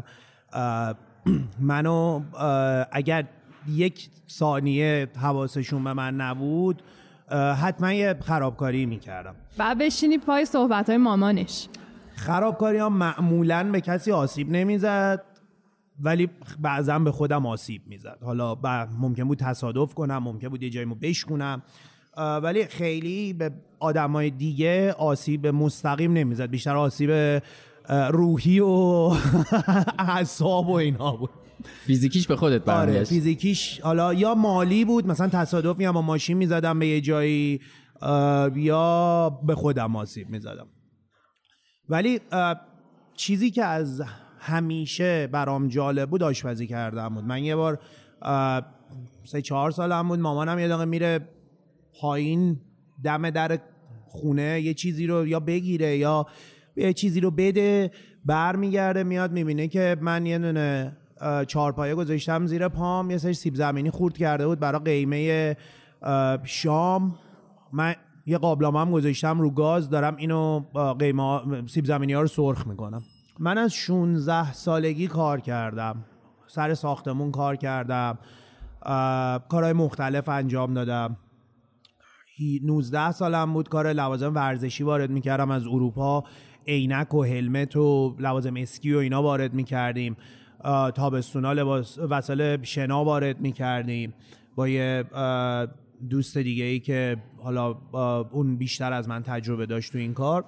منو اگر یک ثانیه حواسشون به من نبود حتما یه خرابکاری میکردم. بعد بشینی پای صحبت‌های مامانش. خرابکاری ها معمولاً به کسی آسیب نمیزد ولی بعضا به خودم آسیب میزد. حالا ممکن بود تصادف کنم، ممکن بود یه جایمو بشکنم، ولی خیلی به آدمای دیگه آسیب مستقیم نمیزد، بیشتر آسیب روحی و اعصاب و اینا بود. فیزیکیش به خودت برمیگشت؟ آره فیزیکیش، حالا یا مالی بود، مثلا تصادفی هم با ماشین میزدم به یه جایی، یا به خودم آسیب میزدم. ولی چیزی که از همیشه برام جالب بود آشپزی کردم بود. من یه بار 3-4 سالم بود، مامانم یه دقیقه میره پایین دم در خونه یه چیزی رو یا بگیره یا یه چیزی رو بده، برمیگرده میاد میبینه که من یه دونه چارپایه گذاشتم زیر پام، یه سری سیب زمینی خورد کرده بود برای قیمه شام، من یه قابلمه هم گذاشتم رو گاز، دارم اینو قیمه سیب زمینی ها رو سرخ میکنم. من از 16 سالگی کار کردم، سر ساختمون کار کردم، کارهای مختلف انجام دادم. 19 سالم بود کار لوازم ورزشی وارد میکردم از اروپا، عینک و هلمت و لوازم اسکی و اینا وارد میکردیم، تابستونا لباس وسایل شنا وارد میکردیم با یه دوست دیگه ای که حالا اون بیشتر از من تجربه داشت تو این کار.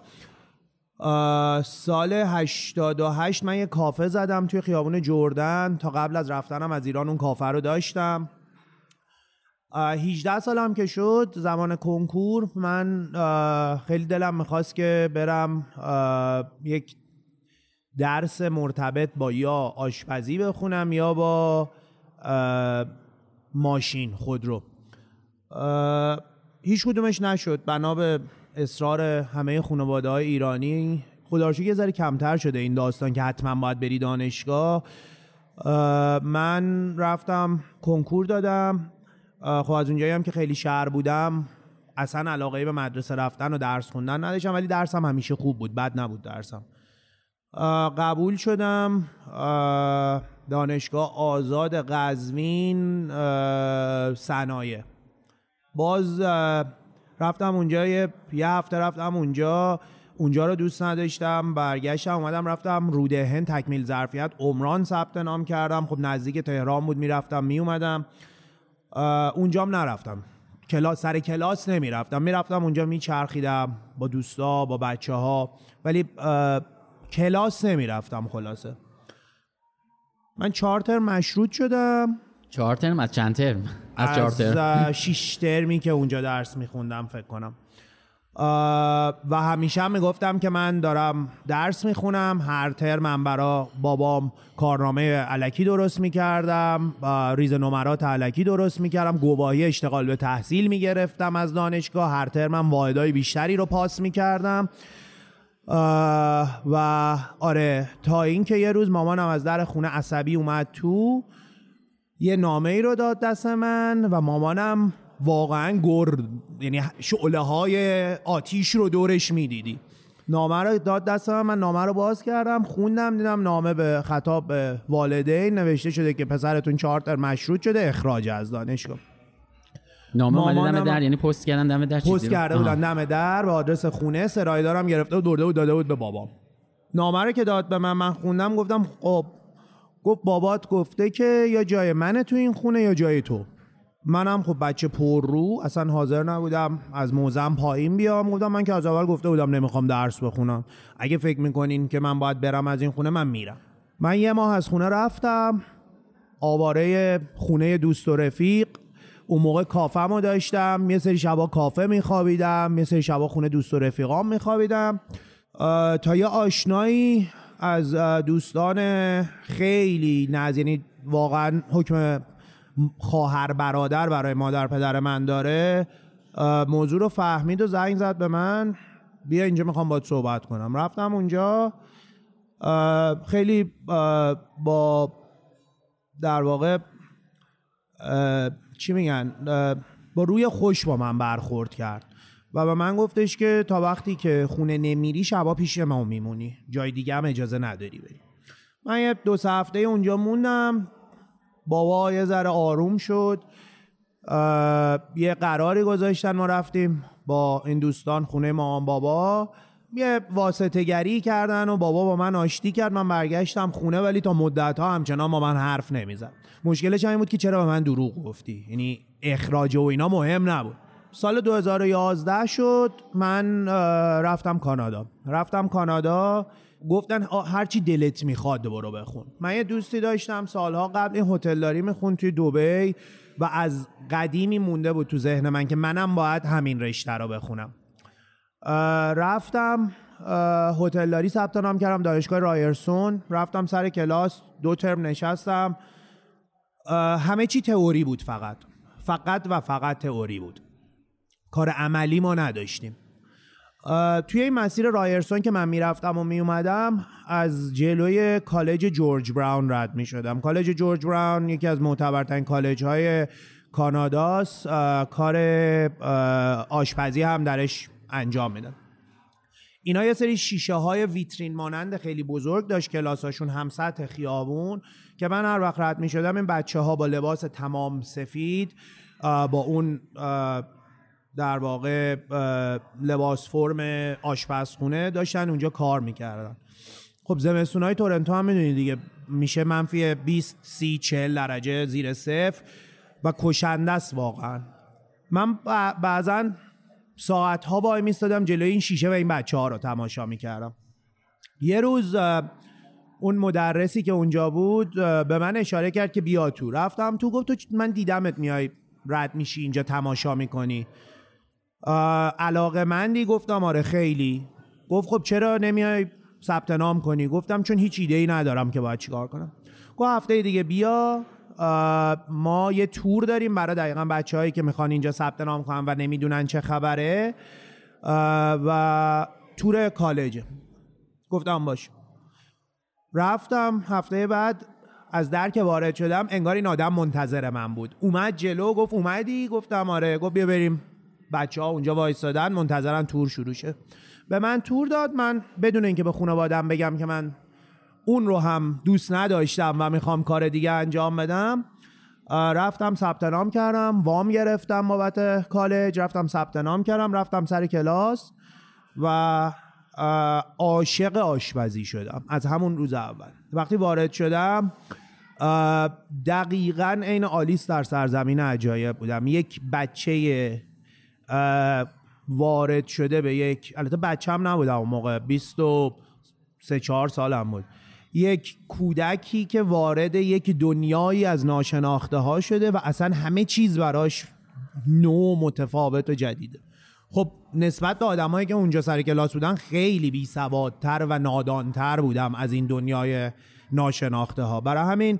سال 88 من یه کافه زدم توی خیابون جردن، تا قبل از رفتنم از ایران اون کافه رو داشتم. 18 سالم که شد، زمان کنکور، من خیلی دلم میخواست که برم یک درس مرتبط با یا آشپزی بخونم یا با ماشین خودرو. هیچ کدومش نشد، بنا به اصرار همه خانواده‌های ایرانی. خدا رو شکر یه ذره کمتر شده این داستان که حتما باید بری دانشگاه. من رفتم کنکور دادم. خب از اونجایی هم که خیلی شهر بودم اصلا علاقه به مدرسه رفتن و درس خوندن نداشتم، ولی درسم همیشه خوب بود، بد نبود درسم. قبول شدم دانشگاه آزاد قزوین صنایع. باز رفتم اونجا یه هفته رفتم اونجا رو دوست نداشتم، برگشتم اومدم رفتم رودهن تکمیل ظرفیت عمران ثبت نام کردم. خب نزدیک تهران بود، میرفتم میومدم. اونجام نرفتم، سر کلاس نمیرفتم، میرفتم اونجا میچرخیدم با دوستا با بچه ها، ولی کلاس نمیرفتم. خلاصه من 4 ترم مشروط شدم. 4 ترم از چند ترم؟ از 4 ترم؟ از 6 ترمی که اونجا درس میخوندم فکر کنم. و همیشه هم میگفتم که من دارم درس میخونم. هر ترم من برا بابام کارنامه الکی درست میکردم، ریز نمرات الکی درست میکردم، گواهی اشتغال به تحصیل میگرفتم از دانشگاه. هر ترم من واحدهای بیشتری رو پاس میکردم. و آره، تا اینکه یه روز مامانم از در خونه عصبی اومد تو، یه نامه ای رو داد دست من و مامانم واقعا یعنی شعله های آتیش رو دورش میدیدی. نامه رو داد دستم، من نامه رو باز کردم، خوندم، دیدم نامه به خطاب به والدین نوشته شده که پسرتون چارتر مشروط شده اخراج از دانشگاه. نامه اومده دم در، یعنی پست کردن دم در، پست کرده بودن دم در به آدرس خونه، سرایدارم گرفته و برده بود داده بود به بابام. نامه رو که داد به من خوندم، گفتم خب، گفت بابات گفته که یا جای منه تو این خونه یا جای تو. منم خب بچه پر رو اصلا حاضر نبودم از موزم پایین بیام. گفتم من که از اول گفته بودم نمیخوام درس بخونم، اگه فکر میکنین که من باید برم از این خونه من میرم. من 1 ماه از خونه رفتم، آواره خونه دوست و رفیق. اون موقع کافه‌مو داشتم، یه سری شبا کافه میخوابیدم، یه سری شبا خونه دوست و رفیقام میخوابیدم، تا یه آشنایی از دوستان خیلی یعنی واقعا حکم خواهر برادر برای مادر پدر من داره، موضوع رو فهمید و زنگ زد به من بیا اینجا میخوام باهات صحبت کنم. رفتم اونجا، خیلی با در واقع چی میگن، با روی خوش با من برخورد کرد و به من گفتش که تا وقتی که خونه نمیری شبا پیش ما میمونی، جای دیگه هم اجازه نداری بری. من یه 2-3 هفته اونجا موندم. بابا یه ذره آروم شد، یه قراری گذاشتن، ما رفتیم با این دوستان خونه مامان بابا، یه واسطه گری کردن و بابا با من آشتی کرد. من برگشتم خونه، ولی تا مدت ها همچنان با من حرف نمیزد. مشکلش این بود که چرا به من دروغ گفتی، یعنی اخراج و اینا مهم نبود. سال 2011 شد، من رفتم کانادا. گفتن هرچی دلت میخواد برو بخون. من یه دوستی داشتم سالها قبل این هتلداری میخوند توی دبی و از قدیمی مونده بود تو ذهن من که منم باید همین رشته رو بخونم. رفتم هتلداری ثبت نام کردم دانشگاه رایرسون، رفتم سر کلاس 2 ترم نشستم. همه چی تئوری بود، فقط تئوری بود، کار عملی ما نداشتیم. توی این مسیر رایرسون که من میرفتم و میومدم، از جلوی کالج جورج براون رد میشدم. کالج جورج براون یکی از معتبرترین کالج های کاناداست، کار آشپزی هم درش انجام میدن. اینا یه سری شیشه های ویترین مانند خیلی بزرگ داشت، کلاساشون هم سطح خیابون، که من هر وقت رد میشدم این بچه ها با لباس تمام سفید، با اون در واقع لباس فرم آشپزخونه داشتن اونجا کار میکردن. خب زمستونای تورنتو هم میدونید دیگه، میشه منفی 20 30 40 درجه زیر صفر و کشنده است واقعا. من بعضا ساعت‌ها وای میستادم جلوی این شیشه و این بچه‌ها رو تماشا میکردم. یه روز اون مدرسی که اونجا بود به من اشاره کرد که بیا تو. رفتم تو، گفت تو من دیدمت میای رد میشی اینجا تماشا میکنی، علاقه‌مندی؟ گفتم آره خیلی. گفت خب چرا نمیای ثبت نام کنی؟ گفتم چون هیچ ایده‌ای ندارم که باید چیکار کنم. گفت هفته دیگه بیا، ما یه تور داریم برای دقیقاً بچه‌هایی که میخوان اینجا ثبت نام کنن و نمیدونن چه خبره، و تور کالجه. گفتم باش. رفتم. هفته بعد از در که وارد شدم انگار این آدم منتظر من بود. اومد جلو، گفت اومدی؟ گفتم آره. گفت بیا بریم. بچه‌ها اونجا وایسادن منتظرن تور شروع شه. به من تور داد. من بدون اینکه به خانواده‌ام بگم که من اون رو هم دوست نداشتم و میخوام کار دیگه انجام بدم، رفتم ثبت نام کردم، وام گرفتم بابت کالج، رفتم ثبت نام کردم، رفتم سر کلاس و عاشق آشپزی شدم از همون روز اول. وقتی وارد شدم دقیقاً عین آلیس در سرزمین عجایب بودم. یک بچه وارد شده به یک، البته بچه هم نبودم اون موقع، 23-4 سالم بود، یک کودکی که وارد یک دنیایی از ناشناخته ها شده و اصلا همه چیز براش نو، متفاوت و جدیده. خب نسبت به آدمایی که اونجا سر کلاس بودن خیلی بی سوادتر و نادانتر بودم از این دنیای ناشناخته ها. برای همین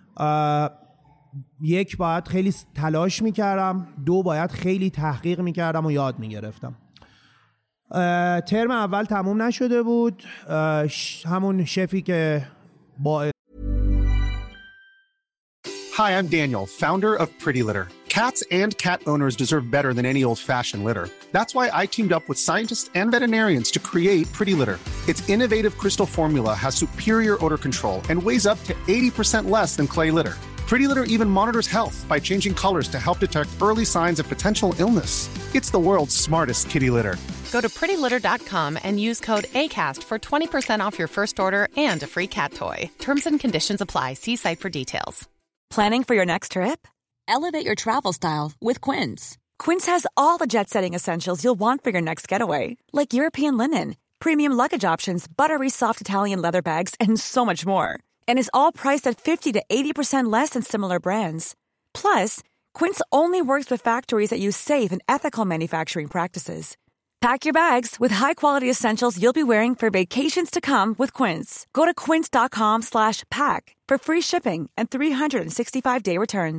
یک، باید خیلی تلاش میکردم، دو، باید خیلی تحقیق میکردم و یاد میگرفتم. ترم اول تموم نشده بود. همون شفی که با Hi, I'm Daniel, founder of Pretty Litter. Cats and cat owners deserve better than any old-fashioned litter. That's why I teamed up with scientists and veterinarians to create Pretty Litter. Its innovative crystal formula has superior odor control and weighs up to 80% less than clay litter. Pretty Litter even monitors health by changing colors to help detect early signs of potential illness. It's the world's smartest kitty litter. Go to prettylitter.com and use code ACAST for 20% off your first order and a free cat toy. Terms and conditions apply. See site for details. Planning for your next trip? Elevate your travel style with Quince. Quince has all the jet-setting essentials you'll want for your next getaway, like European linen, premium luggage options, buttery soft Italian leather bags, and so much more. And is all priced at 50 to 80% less than similar brands. Plus, Quince only works with factories that use safe and ethical manufacturing practices. Pack your bags with high-quality essentials you'll be wearing for vacations to come with Quince. Go to quince.com/pack for free shipping and 365-day returns.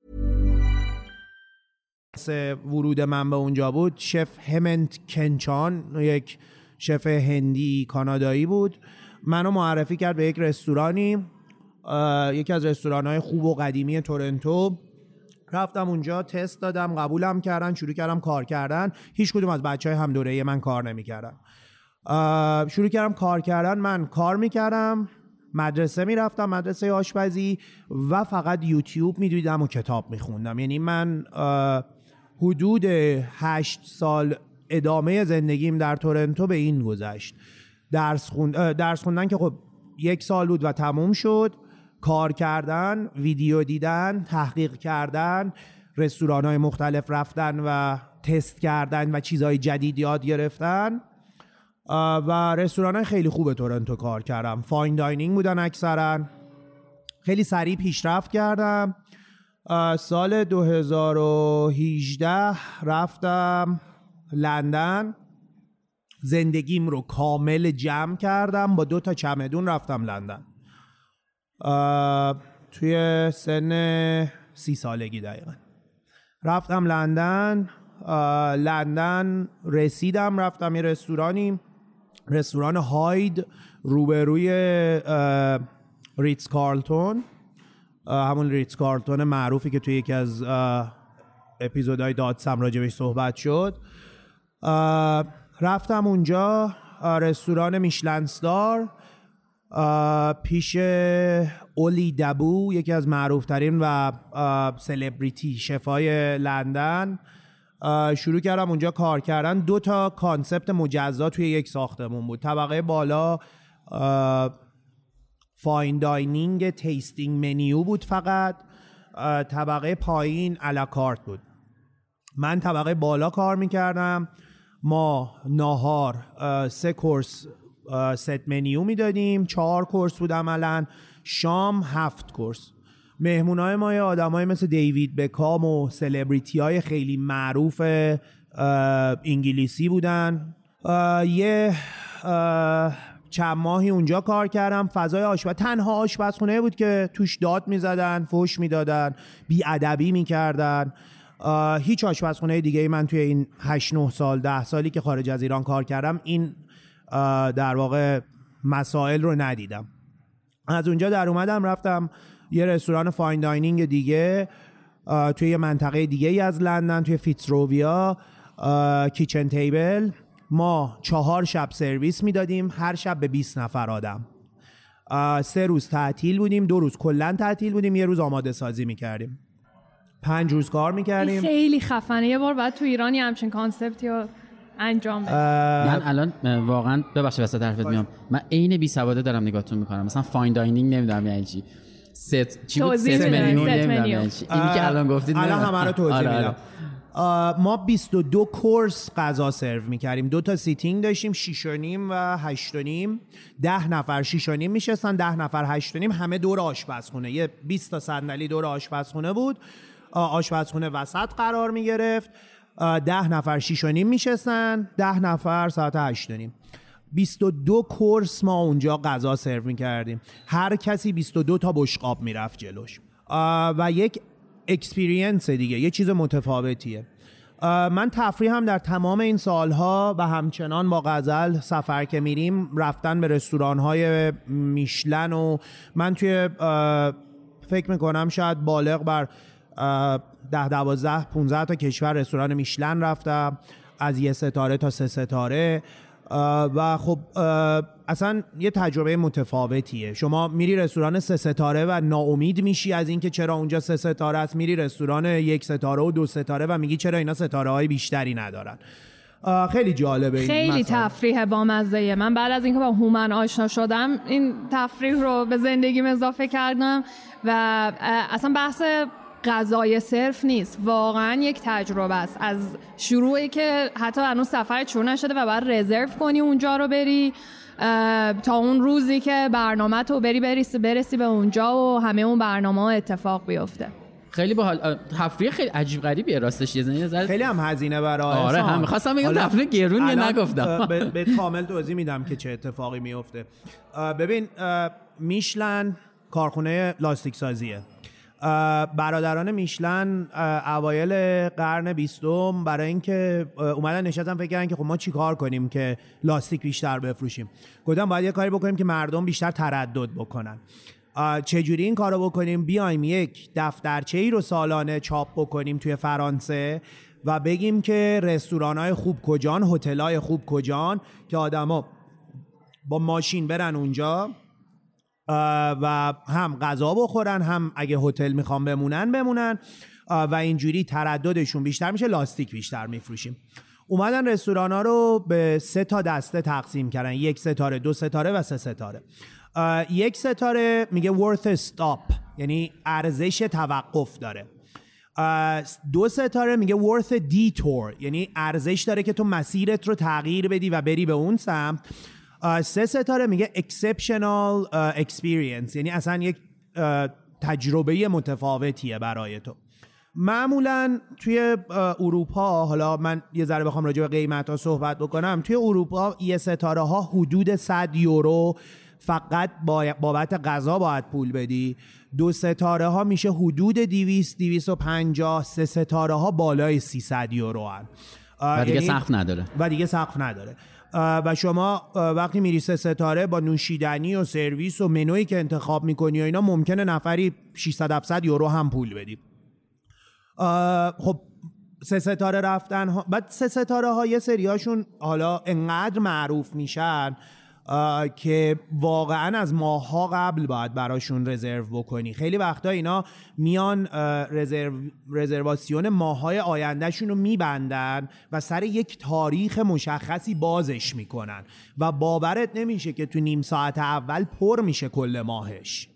ورود من به اونجا بود شف همنت کنچان، یک شف هندی کانادایی بود، منو معرفی کرد به یک رستورانی، یکی از رستوران‌های خوب و قدیمی تورنتو. رفتم اونجا، تست دادم، قبولم کردن، شروع کردم کار کردن. هیچ کدوم از بچهای هم دوره‌ای من کار نمی‌کردن. شروع کردم کار کردن. من کار می‌کردم، مدرسه میرفتم، مدرسه آشپزی، و فقط یوتیوب میدیدم و کتاب میخوندم. یعنی من حدود 8 سال ادامه زندگیم در تورنتو به این گذشت. درس خوندن که خب 1 سال بود و تموم شد. کار کردن، ویدیو دیدن، تحقیق کردن، رستوران‌های مختلف رفتن و تست کردن و چیزهای جدید یاد گرفتن، و رستوران‌های خیلی خوب تورنتو کار کردم. فاین داینینگ بودن اکثرا. خیلی سریع پیشرفت کردم. سال 2018 رفتم لندن، زندگیم رو کامل جمع کردم، با 2 تا چمدون رفتم لندن. توی سن 30 سالگی دقیقا رفتم لندن. لندن رسیدم، رفتم یه رستورانی، رستوران هاید روبروی ریتز کارلتون، همون ریتز کارلتون معروفی که توی یکی از اپیزودهای دادسم راجبش صحبت شد. رفتم اونجا، رستوران میشلن استار، پیش اولی دبو، یکی از معروفترین و سلبریتی شفای لندن. شروع کردم اونجا کار کردن. 2 تا کانسپت مجزا توی یک ساختمون بود. طبقه بالا فاین داینینگ تیستینگ منیو بود فقط، طبقه پایین الاکارت بود. من طبقه بالا کار میکردم. ما ناهار 3 کورس ست منیو میدادیم، 4 کورس بود عملاً، شام 7 کورس. مهمونای ما آدمای مثل دیوید بکام و سلبریتی های خیلی معروف انگلیسی بودن. یه چند ماهی اونجا کار کردم. فضای تنها آشپزخونه بود که توش داد میزدن، فحش میدادن، بی‌ادبی میکردن. هیچ آشپزخونه دیگه من توی این 8-9 سال 10 سالی که خارج از ایران کار کردم این در واقع مسائل رو ندیدم. از اونجا در اومدم رفتم یه رستوران فاین داینینگ دیگه توی یه منطقه دیگه ای از لندن، توی فیتزرویا، کیچن تیبل. ما 4 شب سرویس میدادیم، هر شب به 20 نفر آدم. 3 روز تعطیل بودیم، 2 روز کلن تعطیل بودیم، 1 روز آماده سازی میکردیم. 5 روز کار میکردیم. خیلی خفنه. یه بار بعد تو ایرانی همچین کانسپتی رو انجام بده. من الان واقعا ببخشید وسط حرفت میام، من عین بی سواده دارم نگاهتون میکنم. مثلا فاین داینینگ نمیدونم یعنی چی، ست منیو نمیدونم یعنی چی. اینی که الان گفتید الان همه رو توضیح میدم. ما 22 کورس غذا سرو میکردیم. 2 تا سیتینگ داشتیم، 6.5 و 8.5. 10 نفر 6.5 میشستن، 10 نفر 8.5، همه دور آشپزخونه. یه 20 تا صندلی دور آشپزخونه بود. آشپزخونه وسط قرار میگرفت. 10 نفر 6.5 میشستن، 10 نفر ساعت 8.5. 22 کورس ما اونجا غذا سرو میکردیم. هر کسی 22 تا بشقاب میرفت جلوش و یک اکسپیرینس دیگه، یه چیز متفاوتیه. من تفریح هم در تمام این سالها و همچنان با غزل سفر که میریم، رفتن به رستوران‌های میشلن و من توی فکر میکنم شاید بالغ بر 10 12 15 تا کشور رستوران میشلن رفتم، از 1 ستاره تا 3 ستاره و خب اصلا یه تجربه متفاوتیه. شما میری رستوران 3 ستاره و ناامید میشی از اینکه چرا اونجا 3 ستاره است، میری رستوران 1 ستاره و 2 ستاره و میگی چرا اینا ستاره های بیشتری ندارن. خیلی جالبه این خیلی تفریح با مزه. من بعد از اینکه با هومن آشنا شدم این تفریح رو به زندگیم اضافه کردم و اصلا بحث غذای صرف نیست، واقعا یک تجربه است. از شروعی که حتی هنوز سفر شروع نشده و باید رزرو کنی اونجا رو بری تا اون روزی که برنامه تو برسی به اونجا و همه اون برنامه ها اتفاق بیفته. خیلی باحال. تفریح خیلی عجیب غریبیه راستش. خیلی هم هزینه برای آره هم می‌خواستم بگم تفریح گرونیه نگفتم. به کامل توضیح میدم که چه اتفاقی میفته. ببین میشلن کارخونه لاستیک سازیه. برادران میشلن اوایل قرن 20 برای اینکه اومدن نشستن فکر کردن که خب ما چی کار کنیم که لاستیک بیشتر بفروشیم. گفتم باید یه کاری بکنیم که مردم بیشتر تردد بکنن. چجوری این کارو بکنیم؟ بیایم یک دفترچه‌ای رو سالانه چاپ بکنیم توی فرانسه و بگیم که رستوران‌های خوب کجان، هتل‌های خوب کجان که آدما با ماشین برن اونجا و هم غذا بخورن، هم اگه هتل میخوان بمونن و اینجوری ترددشون بیشتر میشه، لاستیک بیشتر میفروشیم. اومدن رستورانا رو به 3 تا دسته تقسیم کردن: 1 ستاره، 2 ستاره و 3 ستاره. 1 ستاره میگه worth stop، یعنی ارزش توقف داره. 2 ستاره میگه worth detour، یعنی ارزش داره که تو مسیرت رو تغییر بدی و بری به اون سمت. 3 ستاره میگه exceptional experience، یعنی اصلا یک تجربه متفاوتیه برای تو. معمولا توی اروپا، حالا من یه ذره بخوام راجع به قیمت‌ها صحبت بکنم، توی اروپا 1 ستاره ها حدود 100 یورو فقط بابت غذا باید پول بدی. 2 ستاره ها میشه حدود 200-250. 3 ستاره ها بالای 300 یورو هن و دیگه سقف نداره. و شما وقتی میری 3 ستاره با نوشیدنی و سرویس و منویی که انتخاب میکنی و اینا ممکنه نفری 600-700 یورو هم پول بدی. خب 3 ستاره رفتن بعد 3 ستاره ها یه سریاشون حالا انقدر معروف میشن که واقعا از ماه‌ها قبل باید براشون رزرو بکنی. خیلی وقتا اینا میان رزرواسیون ماه‌های آیندهشون رو میبندن و سر یک تاریخ مشخصی بازش میکنن و باورت نمیشه که تو نیم ساعت اول پر میشه کل ماهش.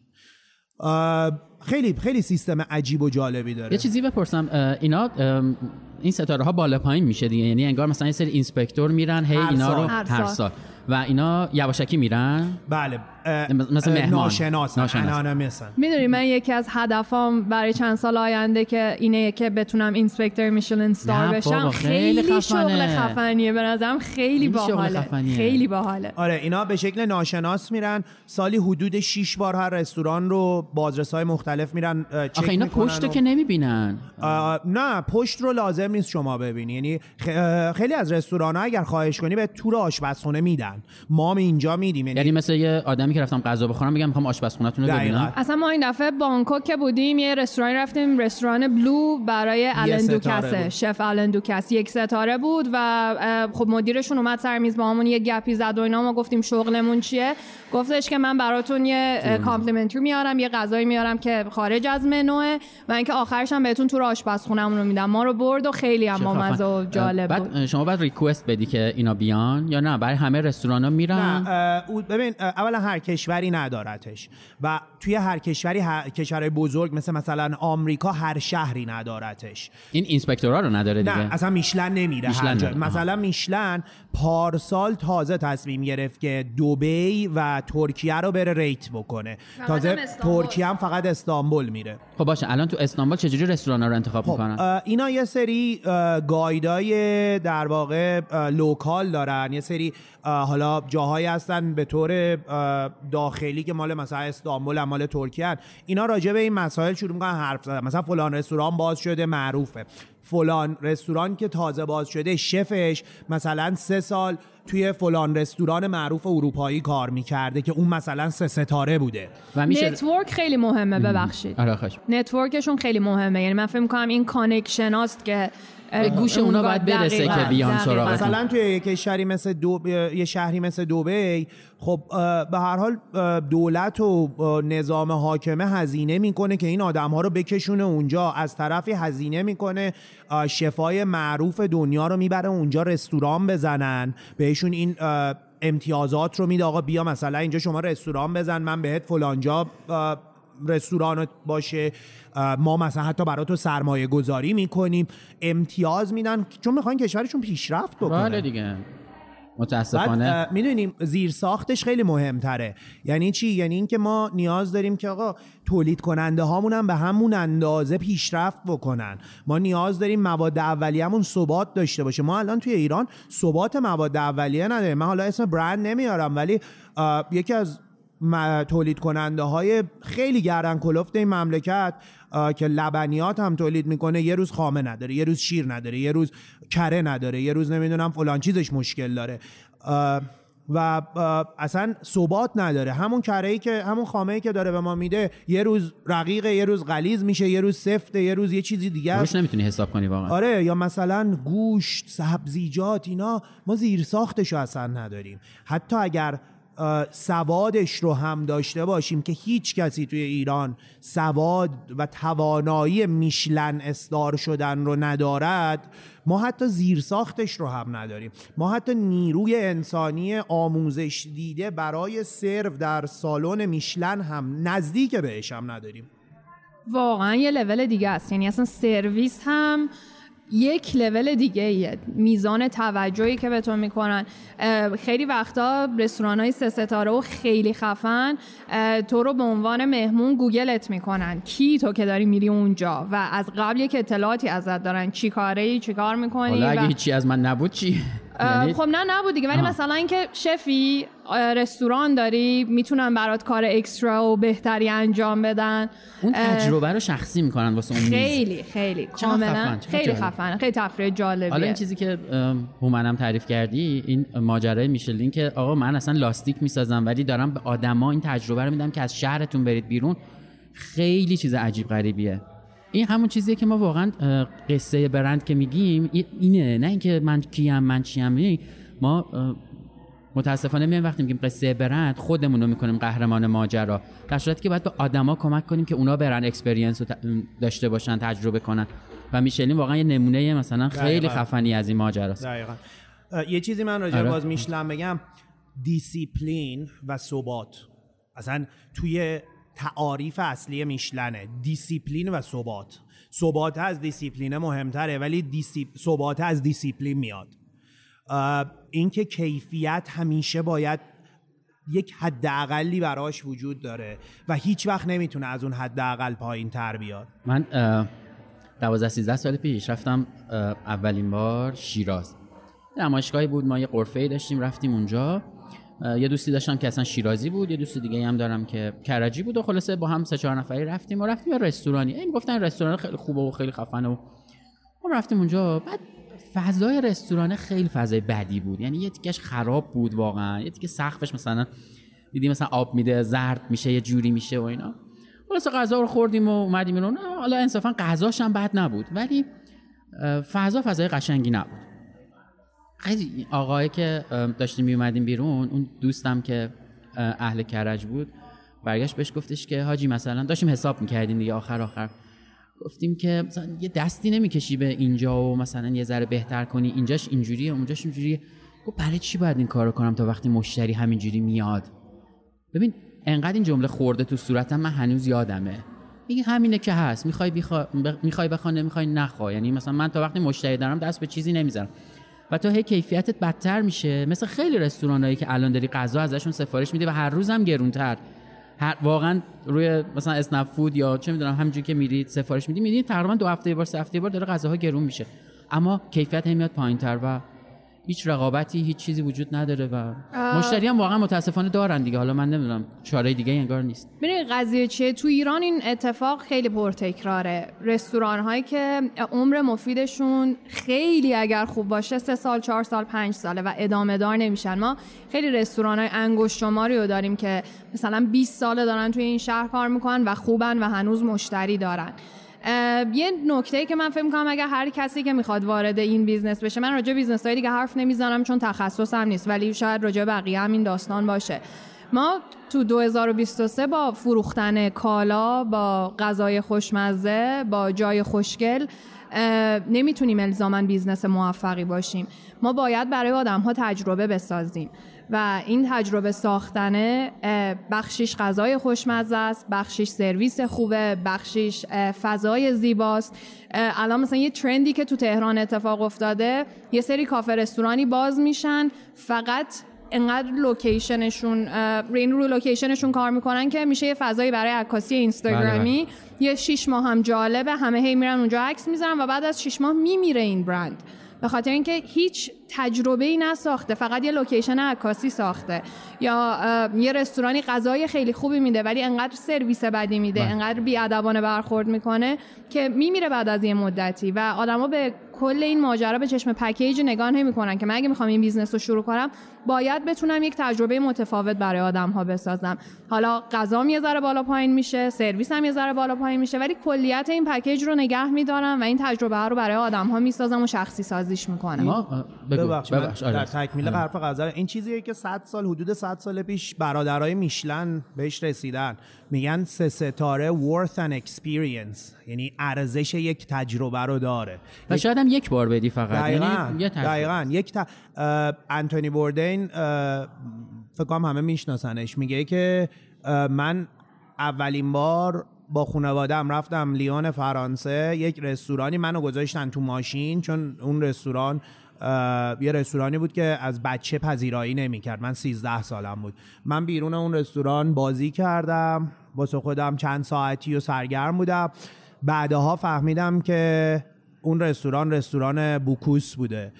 خیلی خیلی سیستم عجیب و جالبی داره. یه چیزی بپرسم، اینا این ستاره ها بالا پایین میشه دیگه، یعنی انگار مثلا یه سری اینسپکتور میرن اینا رو هر سال و اینا یواشکی میرن؟ بله، مثل مهمان ناشناس. میدونی من یکی از هدفام برای چند سال آینده که اینه که بتونم اینسپکتور میشلن ستار بشم. خیلی شغل خفنیه به نظرم، خیلی باحاله. آره اینا به شکل ناشناس میرن، سالی حدود 6 بار هر رستوران رو بازرسای مختلف میرن چک میکنن. آخه اینا پشتو که نمیبینن؟ نه پشت رو لازم نیست شما ببینی، یعنی خیلی از رستوران‌ها اگر خواهش کنی به تور آشپزخونه میدن. ما اینجا میدیم، یعنی مثل یه آدمی که رفتم غذا بخورم میگم میخوام آشپزخونه‌تون رو ببینم. اصلا ما این دفعه بانکوک که بودیم یه رستوران رفتیم، رستوران بلو برای آلن دوکس، شف آلن دوکس. 1 ستاره بود و خب مدیرشون اومد سر میز با همون یه گپی زد و اینا. ما گفتیم شغلمون چیه؟ گفتش که من براتون یه کامپلیمنتری میارم، یه غذایی میارم که خارج از منوه و اینکه آخرش هم بهتون تور آشپزخونه‌مون رو میدم. ما رو برد و خیلی هم بامزه و جالب بود. شما بعد ریکوست بدی که اینا بیان یا نه برای همه رستورانا میرن؟ نه ببین اولا هر کشوری ندارتش و توی هر کشوری کشورهای بزرگ مثلا آمریکا هر شهری ندارتش. این اینسپکتورا رو نداره دیگه؟ نه اصلا میشلن نمیره هر جا. مثلا میشلن پارسال تازه تصمیم گرفت که دبی و ترکیه رو بره ریت بکنه. تازه ترکیه هم فقط استانبول میره. خب باشه الان تو استانبول چجوری رستورانا رو انتخاب میکنن؟ اینا یه سری گایدای در واقع لوکال دارن، یه سری حالا جاهایی هستن به طور داخلی که مال مثلا استانبول، مال ترکیه، اینا راجع به این مسائل شروع میکنن حرف زدن. مثلا فلان رستوران باز شده معروفه، فلان رستوران که تازه باز شده شفش مثلا 3 سال توی فلان رستوران معروف اروپایی کار میکرده که اون مثلا 3 ستاره بوده. و نتورک خیلی مهمه. ببخشید نتورکشون خیلی مهمه. یعنی من فکر می‌کنم این کانکشن هاست که گوش اونا باید برسه که بیان سراغ. مثلا توی یک شهری مثل دبی، خب به هر حال دولت و نظام حاکمه هزینه میکنه که این آدم‌ها رو بکشونه اونجا، از طرفی هزینه میکنه شفای معروف دنیا رو میبره اونجا رستوران بزنن، بهشون این امتیازات رو میده، آقا بیا مثلا اینجا شما رستوران بزن، من بهت فلانجا رستوران باشه، ما مثلا حتی برای تو سرمایه گذاری میکنیم، امتیاز میدن چون میخوان کشورشون پیشرفت بکنه. بله دیگه متاسفانه میدونیم زیر ساختش خیلی مهمتره. یعنی چی؟ یعنی این که ما نیاز داریم که آقا تولید کننده هامون هم به همون اندازه پیشرفت بکنن. ما نیاز داریم مواد اولیه‌مون ثبات داشته باشه. ما الان توی ایران ثبات مواد اولیه نداریم. من حالا اسم برند نمیارم ولی یکی از تولید کننده های خیلی گردن کلفت این مملکت که لبنیات هم تولید میکنه، یه روز خامه نداره، یه روز شیر نداره، یه روز کره نداره، یه روز نمیدونم فلان چیزش مشکل داره و اصلا ثبات نداره. همون کره‌ای که همون خامه‌ای که داره به ما میده یه روز رقیقه، یه روز غلیظ میشه، یه روز سفته، یه روز یه چیزی دیگه است. روش نمیتونی حساب کنی واقعا. آره، یا مثلا گوشت، سبزیجات، اینا ما زیر ساختشو اصلا نداریم. حتی اگر سوادش رو هم داشته باشیم که هیچ کسی توی ایران سواد و توانایی میشلن اصدار شدن رو ندارد، ما حتی زیرساختش رو هم نداریم. ما حتی نیروی انسانی آموزش دیده برای سرو در سالن میشلن هم نزدیک بهش هم نداریم. واقعا یه لول دیگه است. یعنی اصلا سرویس هم یک لول دیگه ایه. میزان توجهی که به تو میکنن. خیلی وقتا رستوران‌های 3 ستاره و خیلی خفن تو رو به عنوان مهمون گوگلت میکنن، کی تو که داری میری اونجا، و از قبل یک اطلاعاتی ازت دارن، چی کاری، چی کار میکنی. حالا اگه هیچی از من نبود چی؟ خب نبود دیگه، ولی مثلا اینکه شفی رستوران داری میتونن برات کار اکسترا و بهتری انجام بدن. اون تجربه رو شخصی میکنن واسه اون میز. خیلی کاملا خیلی خفنه، خیلی تفریح جالبیه. حالا این چیزی که هومنم تعریف کردی، این ماجرای میشلین که آقا من اصلا لاستیک میسازم ولی دارم به آدما این تجربه رو میدم که از شهرتون برید بیرون، خیلی چیز عجیب غریبیه. این همون چیزیه که ما واقعا قصه برند که میگیم اینه، نه اینکه من کیم من چیم. ما متاسفانه میایم وقتی میگیم قصه برند خودمون رو میکنیم قهرمان ماجرا، در صورتی که باید به آدما کمک کنیم که اونا برن اکسپریانس رو داشته باشن، تجربه کنن. و میشلین واقعا یه نمونه مثلا خیلی خفنی از این ماجراست. دقیقاً. یه چیزی من راجع باز میشلن بگم، دیسیپلین و ثبات. اصلا توی تعاریف اصلی میشلنه دیسیپلین و ثبات. ثبات از دیسیپلین مهمتره ولی ثبات از دیسیپلین میاد. اینکه کیفیت همیشه باید یک حداقلی براش وجود داره و هیچ وقت نمیتونه از اون حداقل پایین تر بیاد. من 12-13 سال پیش رفتم اولین بار شیراز. نمایشگاهی بود، ما یه غرفه‌ای داشتیم رفتیم اونجا. یه دوستی داشتم که اصلا شیرازی بود، یه دوست دیگه هم دارم که کرجی بود و خلاصه با هم 3-4 نفری رفتیم یه رستورانی. این گفتن رستوران خیلی خوبه و خیلی خفنه و ما رفتیم اونجا. بعد فضای رستوران خیلی فضای بدی بود، یعنی یه تیکش خراب بود واقعا، یه تیکه سقفش مثلا دیدی مثلا آب میده زرد میشه یه جوری میشه و اینا. خلاصه غذا رو خوردیم و اومدیم بیرون. حالا انصافا غذاش هم بد نبود ولی فضای قشنگی نبود. خیلی آقایی که داشتیم می اومدیم بیرون، اون دوستم که اهل کرج بود برگشت بهش گفتش که حاجی مثلا داشتیم حساب میکردیم دیگه، آخر گفتیم که مثلا یه دستی نمیکشی به اینجا و مثلا یه ذره بهتر کنی، اینجاش اینجوریه اونجاش اینجوریه. گفت برای چی باید این کارو کنم تا وقتی مشتری همینجوری میاد؟ ببین انقدر این جمله خورده تو صورتم، من هنوز یادمه. میگه همینه که هست، میخوای بخوای نمیخوای نخوا. یعنی مثلا من تا وقتی مشتری دارم دست به چیزی نمیذارم و تا هی کیفیتت بدتر میشه. مثل خیلی رستورانایی که الان داری غذا ازشون سفارش میدی و هر روزم گرونتر. واقعا روی مثلا اسنپ فود یا چه میدونم همینجوری که میرید سفارش میدی تقریبا 2 هفته یه بار 3 هفته یه بار داره غذاها گرون میشه، اما کیفیت هم میاد پایینتر و هیچ رقابتی، هیچ چیزی وجود نداره و مشتری هم واقعا متاسفانه دارن دیگه. حالا من نمیدونم چاره دیگه انگار نیست. ببین قضیه چیه، تو ایران این اتفاق خیلی پرتکراره. رستوران هایی که عمر مفیدشون خیلی اگر خوب باشه 3 سال 4 سال 5 ساله و ادامه دار نمیشن. ما خیلی رستوران های انگشت شماری رو داریم که مثلا 20 ساله دارن توی این شهر کار میکنن و خوبن و هنوز مشتری دارن. یه نکته‌ای که من فکر می‌کنم اگر هر کسی که میخواد وارد این بیزنس بشه، من راجع به بیزنس‌های دیگه حرف نمیزنم چون تخصصم نیست، ولی شاید راجع به بقیه هم این داستان باشه. ما تو 2023 با فروختن کالا، با غذای خوشمزه، با جای خوشگل نمیتونیم الزاماً بیزنس موفقی باشیم. ما باید برای آدم‌ها تجربه بسازیم و این تجربه ساختنه بخشیش غذای خوشمزه است، بخشیش سرویس خوبه، بخشیش فضای زیباست. الان مثلا یه ترندی که تو تهران اتفاق افتاده، یه سری کافه رستورانی باز میشن فقط انقدر لوکیشنشون رو لوکیشنشون کار میکنن که میشه یه فضایی برای عکاسی اینستاگرامی. یه 6 ماه هم جالبه، همه هی میرن اونجا عکس میذارن و بعد از 6 ماه میمیره این برند، به خاطر اینکه هیچ تجربه‌ای نساخته، فقط یه لوکیشن عکاسی ساخته. یا یه رستورانی غذای خیلی خوبی میده ولی انقدر سرویس بدی میده، انقدر بی‌ادبانه برخورد میکنه که میمیره بعد از یه مدتی و آدما به کل این ماجرا به چشم پکیج نگاه نمی‌کنن که من اگه میخوام این بیزنس رو شروع کنم باید بتونم یک تجربه متفاوت برای آدم‌ها بسازم. حالا غذام یه ذره بالا پایین میشه، سرویس هم یه ذره بالا پایین میشه، ولی کلیت این پکیج رو نگه می‌دارم و این تجربه رو برای آدم‌ها میسازم و شخصی سازیش می‌کنم. در تکمیل حرف غزل، این چیزیه که 100 سال حدود 100 سال پیش برادرای میشلن بهش رسیدن، میگن 3 ستاره worth an experience، یعنی ارزش یک تجربه رو داره و شاید هم یک بار بدی فقط. دقیقاً انتونی بوردین فکر کنم همه میشناسنش، میگه که من اولین بار با خانواده‌ام رفتم لیون فرانسه، یک رستورانی منو گذاشتن تو ماشین چون اون رستوران یه رستورانی بود که از بچه پذیرایی نمی‌کرد. من 13 سالم بود. من بیرون اون رستوران بازی کردم، واسه خودم چند ساعتی و سرگرم بودم. بعدها فهمیدم که اون رستوران بوکوس بوده.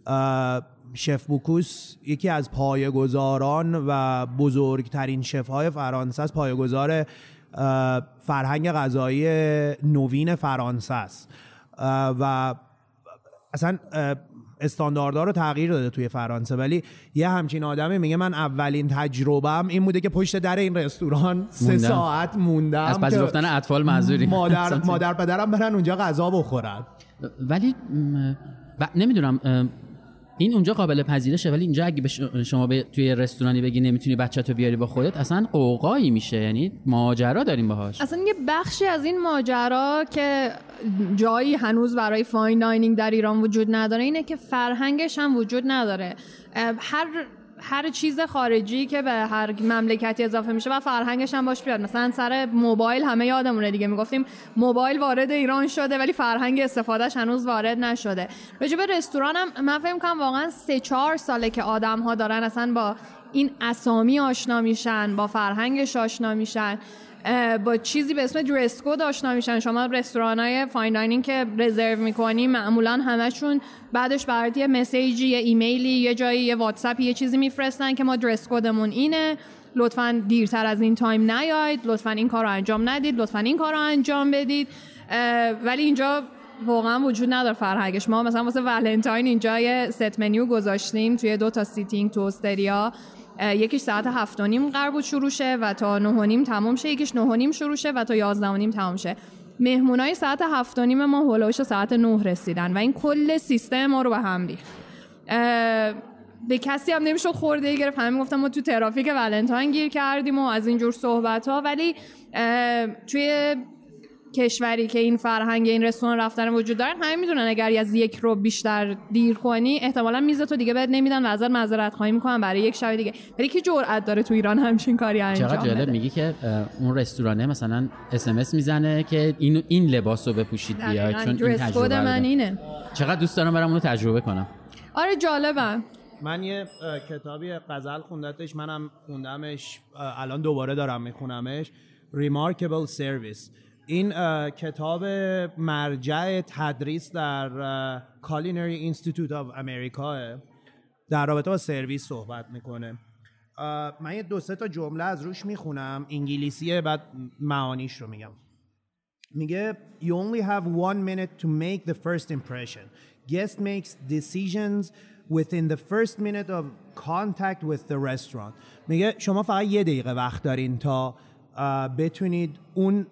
شف بوکوس یکی از پایه‌گذاران و بزرگترین شف‌های فرانسه است، پایه‌گذار فرهنگ غذایی نوین فرانسه است و اصلا استانداردها رو تغییر داده توی فرانسه. ولی یه همچین آدمی میگه من اولین تجربه‌ام این بوده که پشت در این رستوران 3 ساعت موندم، از پذیرفتن اطفال معذوری، مادر پدرم برن اونجا غذا بخورن. ولی نمیدونم این اونجا قابل پذیرشه، ولی اینجا اگه شما توی رستورانی بگی نمیتونی بچه‌تو بیاری با خودت، اصلا قوقایی میشه، یعنی ماجرا داریم باهاش. اصلا یه بخشی از این ماجرا که جایی هنوز برای فاین داینینگ در ایران وجود نداره اینه که فرهنگش هم وجود نداره. هر چیز خارجی که به هر مملکتی اضافه میشه و فرهنگش هم باش بیاد. مثلا سر موبایل همه یادمونه دیگه، میگفتیم موبایل وارد ایران شده ولی فرهنگ استفادهش هنوز وارد نشده. راجع به رستورانم من فکر می‌کنم واقعا 3-4 ساله که آدم‌ها دارن اصلا با این اسامی آشنا میشن، با فرهنگش آشنا میشن، با چیزی به اسم درس کد آشنا میشن. شما رستورانای فاین داینینگ که رزرو میکنی معمولا همشون بعدش برات یه مسیجی، یه ایمیلی، یه جایی، یه واتساپی، یه چیزی میفرستن که ما درس کدمون اینه، لطفاً دیرتر از این تایم نیاید، لطفاً این کارو انجام ندید، لطفاً این کارو انجام بدید. ولی اینجا واقعا وجود نداره فرهنگش. ما مثلا واسه ولنتاین اینجا یه ست منیو گذاشتیم توی 2 تا سیتینگ تو استریا، یکیش ساعت 7:30 قرار بود شروع شه و تا 9:30 تموم شه، یکیش 9:30 شروع شه و تا 11:30 تموم شه. مهمونای ساعت 7:30 ما هولوش ساعت 9 رسیدن و این کل سیستم ما رو به هم ریخت. به کسی هم نمیشد خورده گرفت. همه میگفتن ما تو ترافیک ولنتاین گیر کردیم و از اینجور صحبت ها. ولی توی کشوری که این فرهنگ این رستوران رفتن وجود داره، همه میدونن اگر از 1 رو بیشتر دیر کنی احتمالاً میزتو دیگه بهت نمیدن و ازت معذرت خواهی میکنن برای یک شب دیگه. ولی کی جرئت داره تو ایران همچین کاری انجام بده؟ چقدر جالب میگی که اون رستورانه مثلا SMS میزنه که این لباسو بپوشید بیاید چون این تجربه من اینه. چقدر دوست دارم برام اونو تجربه کنم. آره جالبه. من یه کتابی غزل خوندتش، منم خوندمش، الان دوباره دارم میخونمش، Remarkable Service. این کتاب مرجع تدریس در Culinary Institute of America در رابطه با سرویس صحبت میکنه. من یه 2-3 تا جمله از روش میخونم، انگلیسیه، بعد معانیش رو میگم. میگه You only have 1 minute to make the first impression. Guest makes decisions within the first minute of contact with the restaurant. میگه شما فقط 1 دقیقه وقت دارین تا بتونید اون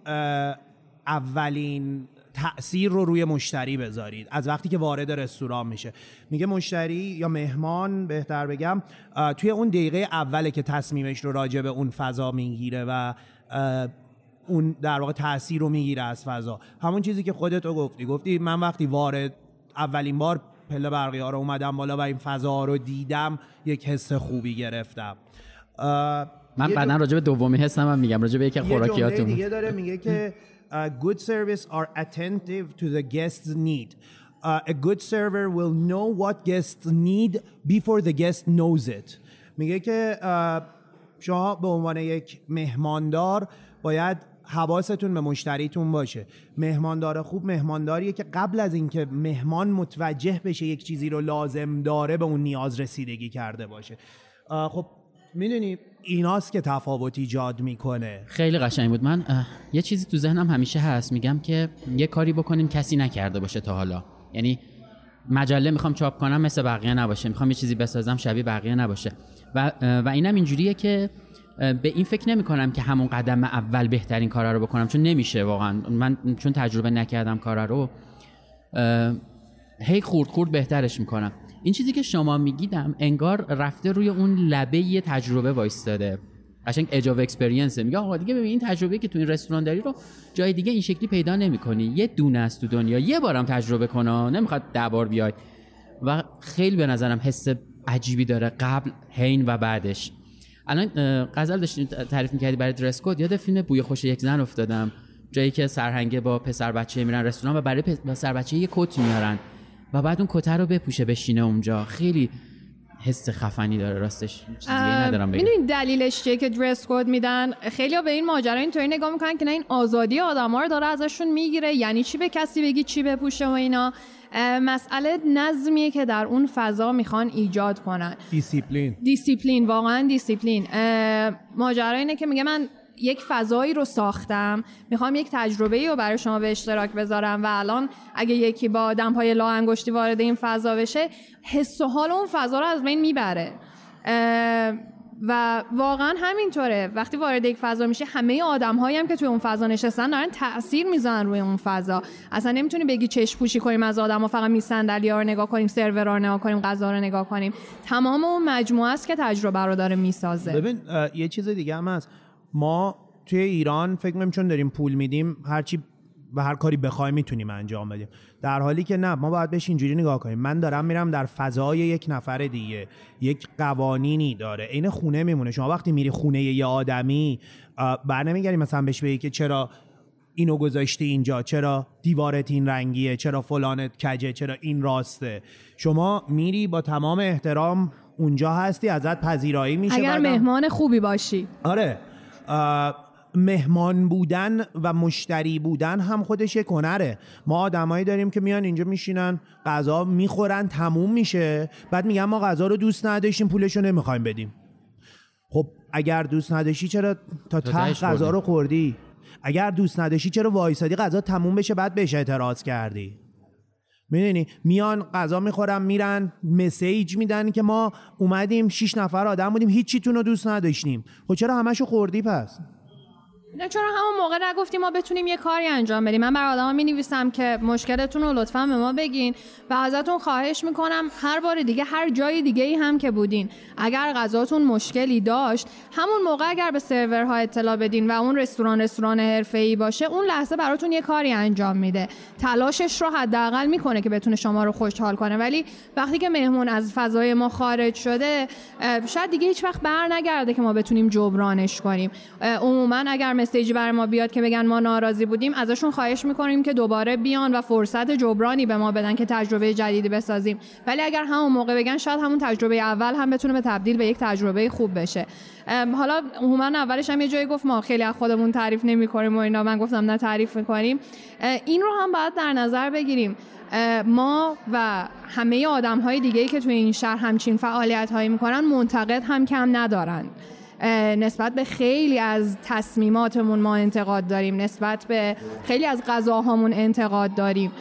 اولین تأثیر رو روی مشتری بذارید از وقتی که وارد رستوران میشه. میگه مشتری یا مهمان بهتر بگم توی اون دقیقه اوله که تصمیمش رو راجع به اون فضا میگیره و اون در واقع تأثیر رو میگیره از فضا. همون چیزی که خودت رو گفتی من وقتی وارد اولین بار پله برقی ها رو اومدم بالا و این فضا رو دیدم یک حس خوبی گرفتم. من بعداً راجع به دومی حسم هم میگم، راجع به یک خوراکیاتون. یه جمله دیگه داره میگه که good service are attentive to the guest's need. A good server will know what guests need before the guest knows it. میگه که شما به عنوان یک مهماندار باید حواستون به مشتریتون باشه. مهماندار خوب مهمانداریه که قبل از اینکه مهمان متوجه بشه یک چیزی رو لازم داره به اون نیاز رسیدگی کرده باشه. خب میدونی ایناست که تفاوت ایجاد میکنه. خیلی قشنگ بود. من یه چیزی تو ذهنم همیشه هست، میگم که یه کاری بکنیم کسی نکرده باشه تا حالا. یعنی مجله میخوام چاپ کنم مثل بقیه نباشه، میخوام یه چیزی بسازم شبیه بقیه نباشه و اینم اینجوریه که به این فکر نمی کنم که همون قدم اول بهترین کارا رو بکنم، چون نمیشه واقعا. من چون تجربه نکردم کارا رو، هی خورد بهترش میکنم. این چیزی که شما میگیدم انگار رفته روی اون لبه یه تجربه وایستاده، قشنگ اج اف اکسپریانس. میگه آقا دیگه ببین این تجربه که تو این رستوران داری رو جای دیگه این شکلی پیدا نمی‌کنی، یه دونه است تو دنیا، یه بارم تجربه کن، نمیخواد 10 بار بیای. و خیلی به نظرم حس عجیبی داره قبل، حین و بعدش. الان غزل داشتیم تعریف می‌کردی برای درس کد، یاد فیلم بوی خوش یک زن افتادم، جایی که سرهنگه با پسر بچه میرن رستوران و برای پسر بچه یه کت میارن و بعد اون کت رو بپوشه بشینه اونجا. خیلی حس خفنی داره راستش، چیزی ندارم بگم. میدونید دلیلش چیه که درس کد میدن؟ خیلی‌ها به این ماجرا اینطوری نگاه میکنن که نه این آزادی آدم‌ها رو داره ازشون میگیره، یعنی چی به کسی بگی چی بپوشه و اینا. مسئله نظمیه که در اون فضا میخوان ایجاد کنن. دیسیپلین، واقعا دیسیپلین. ماجرا اینه که میگه من یک فضایی رو ساختم، میخوام یک تجربه‌ای رو برای شما به اشتراک بذارم و الان اگه یکی با دمپای لا انگشتی وارد این فضا بشه، حس و حال اون فضا رو از بین میبره. و واقعا همینطوره، وقتی وارد یک فضا میشه همه آدم‌هایی هم که توی اون فضا نشستن دارن تأثیر میذارن روی اون فضا. اصلا نمیتونی بگی چشم پوشی کنیم از آدم‌ها، فقط صندلی‌ها رو نگاه کنیم، سرورها رو نگاه کنیم، غذا رو نگاه کنیم. تمام اون مجموعه است که تجربه رو داره میسازه. ببین یه چیز دیگه هم هست، ما توی ایران فکر می‌کنیم چون داریم پول میدیم هرچی و هر کاری بخوایم میتونیم انجام بدیم، در حالی که نه، ما باید بهش اینجوری نگاه کنیم. من دارم میرم در فضای یک نفر دیگه، یک قوانینی داره، این خونه میمونه. شما وقتی میری خونه یه آدمی برنمیگردی مثلا بهش بگی که چرا اینو گذاشتی اینجا، چرا دیوارت این رنگیه، چرا فلانت کجه، چرا این راسته. شما میری با تمام احترام اونجا هستی، ازت پذیرایی میشه اگر مهمان خوبی باشی. آره، مهمان بودن و مشتری بودن هم خودش یک هنره. ما آدمایی داریم که میان اینجا میشینن، غذا میخورن، تموم میشه، بعد میگن ما غذا رو دوست نداشتیم، پولشو نمیخوایم بدیم. خب اگر دوست نداشتی چرا تا ته غذا رو خوردی؟ اگر دوست نداشتی چرا وایسادی غذا تموم بشه بعد بهش اعتراض کردی؟ میدونی میان غذا میخورن میرن مسیج میدن که ما اومدیم 6 نفر آدم بودیم هیچیتون رو دوست نداشتیم. خب چرا همشو خوردی پس؟ نه چرا همون موقع نگفتیم ما بتونیم یه کاری انجام بدیم؟ من برای آدما می‌نویسم که مشکلتون رو لطفاً به ما بگین و ازتون خواهش میکنم هر بار دیگه هر جای دیگه‌ای هم که بودین اگر غذاتون مشکلی داشت همون موقع اگر به سرورها اطلاع بدین و اون رستوران حرفه‌ای باشه اون لحظه براتون یه کاری انجام میده، تلاشش رو حداقل میکنه که بتونه شما رو خوشحال کنه. ولی وقتی که مهمون از فضای ما خارج شده شاید دیگه هیچ وقت برنگرده که ما بتونیم جبرانش کنیم. عموما اگر هم استیجی برای ما بیاد که بگن ما ناراضی بودیم، ازشون خواهش میکنیم که دوباره بیان و فرصت جبرانی به ما بدن که تجربه جدیدی بسازیم. ولی اگر همون موقع بگن، شاید همون تجربه اول هم بتونه به تبدیل به یک تجربه خوب بشه. حالا هومن اولش هم یه جایی گفت ما خیلی از خودمون تعریف نمی‌کنیم و اینا، من گفتم نه تعریف می‌کنیم. این رو هم باید در نظر بگیریم. ما و همه آدم‌های دیگه‌ای که توی این شهر همچین فعالیت‌هایی می‌کنن منتقد هم کم ندارن. نسبت به خیلی از تصمیماتمون ما انتقاد داریم، نسبت به خیلی از قضاهامون انتقاد داریم.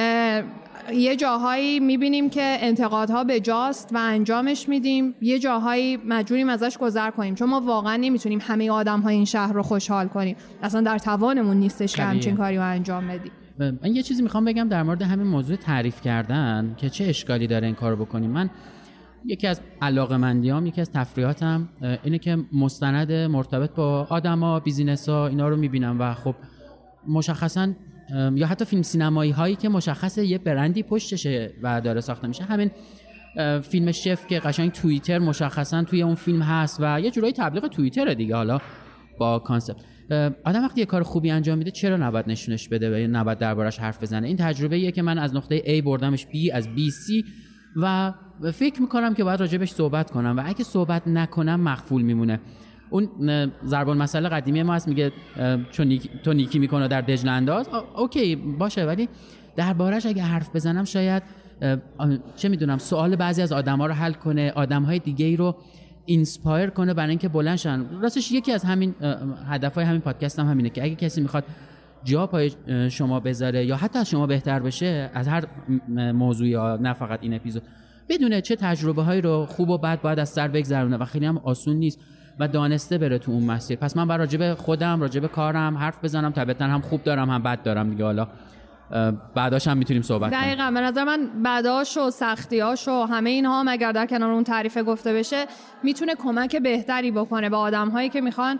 یه جاهایی میبینیم که انتقادها به جاست و انجامش میدیم، یه جاهایی مجبوریم ازش گذر کنیم، چون ما واقعا نمیتونیم همه آدم‌های این شهر رو خوشحال کنیم. اصلا در توانمون نیستش که همچین کاری رو انجام بدیم. من یه چیزی میخوام بگم در مورد همین موضوع تعریف کردن که چه اشکالی داره این کارو بکنیم. من یکی از علاقه‌مندیام، یکی از تفریحاتم اینه که مستند مرتبط با آدما، بیزینس‌ها اینا رو میبینم و خب مشخصاً یا حتی فیلم سینمایی هایی که مشخصه یه برندی پشتشه و داره ساخته میشه. همین فیلم شف که قشنگ توییتر مشخصا توی اون فیلم هست و یه جورایی تبلیغ توییتره دیگه. حالا با کانسپت آدم وقتی یه کار خوبی انجام میده چرا نباید نشونش بده و یا نباید دربارش حرف بزنه؟ این تجربه‌ایه که من از نقطه A بردمش B، از B C و فکر میکنم که باید راجبش صحبت کنم و اگه صحبت نکنم مخفول میمونه. اون ضرب المثل قدیمی ما هست، میگه تو نیکی میکنه در دجله انداز. اوکی باشه، ولی دربارش اگه حرف بزنم شاید چه میدونم سوال بعضی از آدما رو حل کنه، آدمهای دیگه ای رو اینسپایر کنه برای اینکه بلند شن. راستش یکی از همین هدفهای همین پادکست هم همینه که اگه کسی میخواد جا پای شما بذاره یا حتی از شما بهتر بشه از هر موضوعی، نه فقط این اپیزود، بدونه چه تجربه هایی رو خوب و بد باید از سر بگذرونه و خیلی هم آسون نیست و دانسته بره تو اون مسیر. پس من راجع به خودم، راجع به کارم حرف بزنم، طبعا هم خوب دارم هم بد دارم دیگه. حالا بعداش هم میتونیم صحبت کنیم. دقیقاً به نظر من بداش و سختیاش و همه اینها هم اگر در کنار اون تعریف گفته بشه میتونه کمک بهتری بکنه به آدم‌هایی که میخوان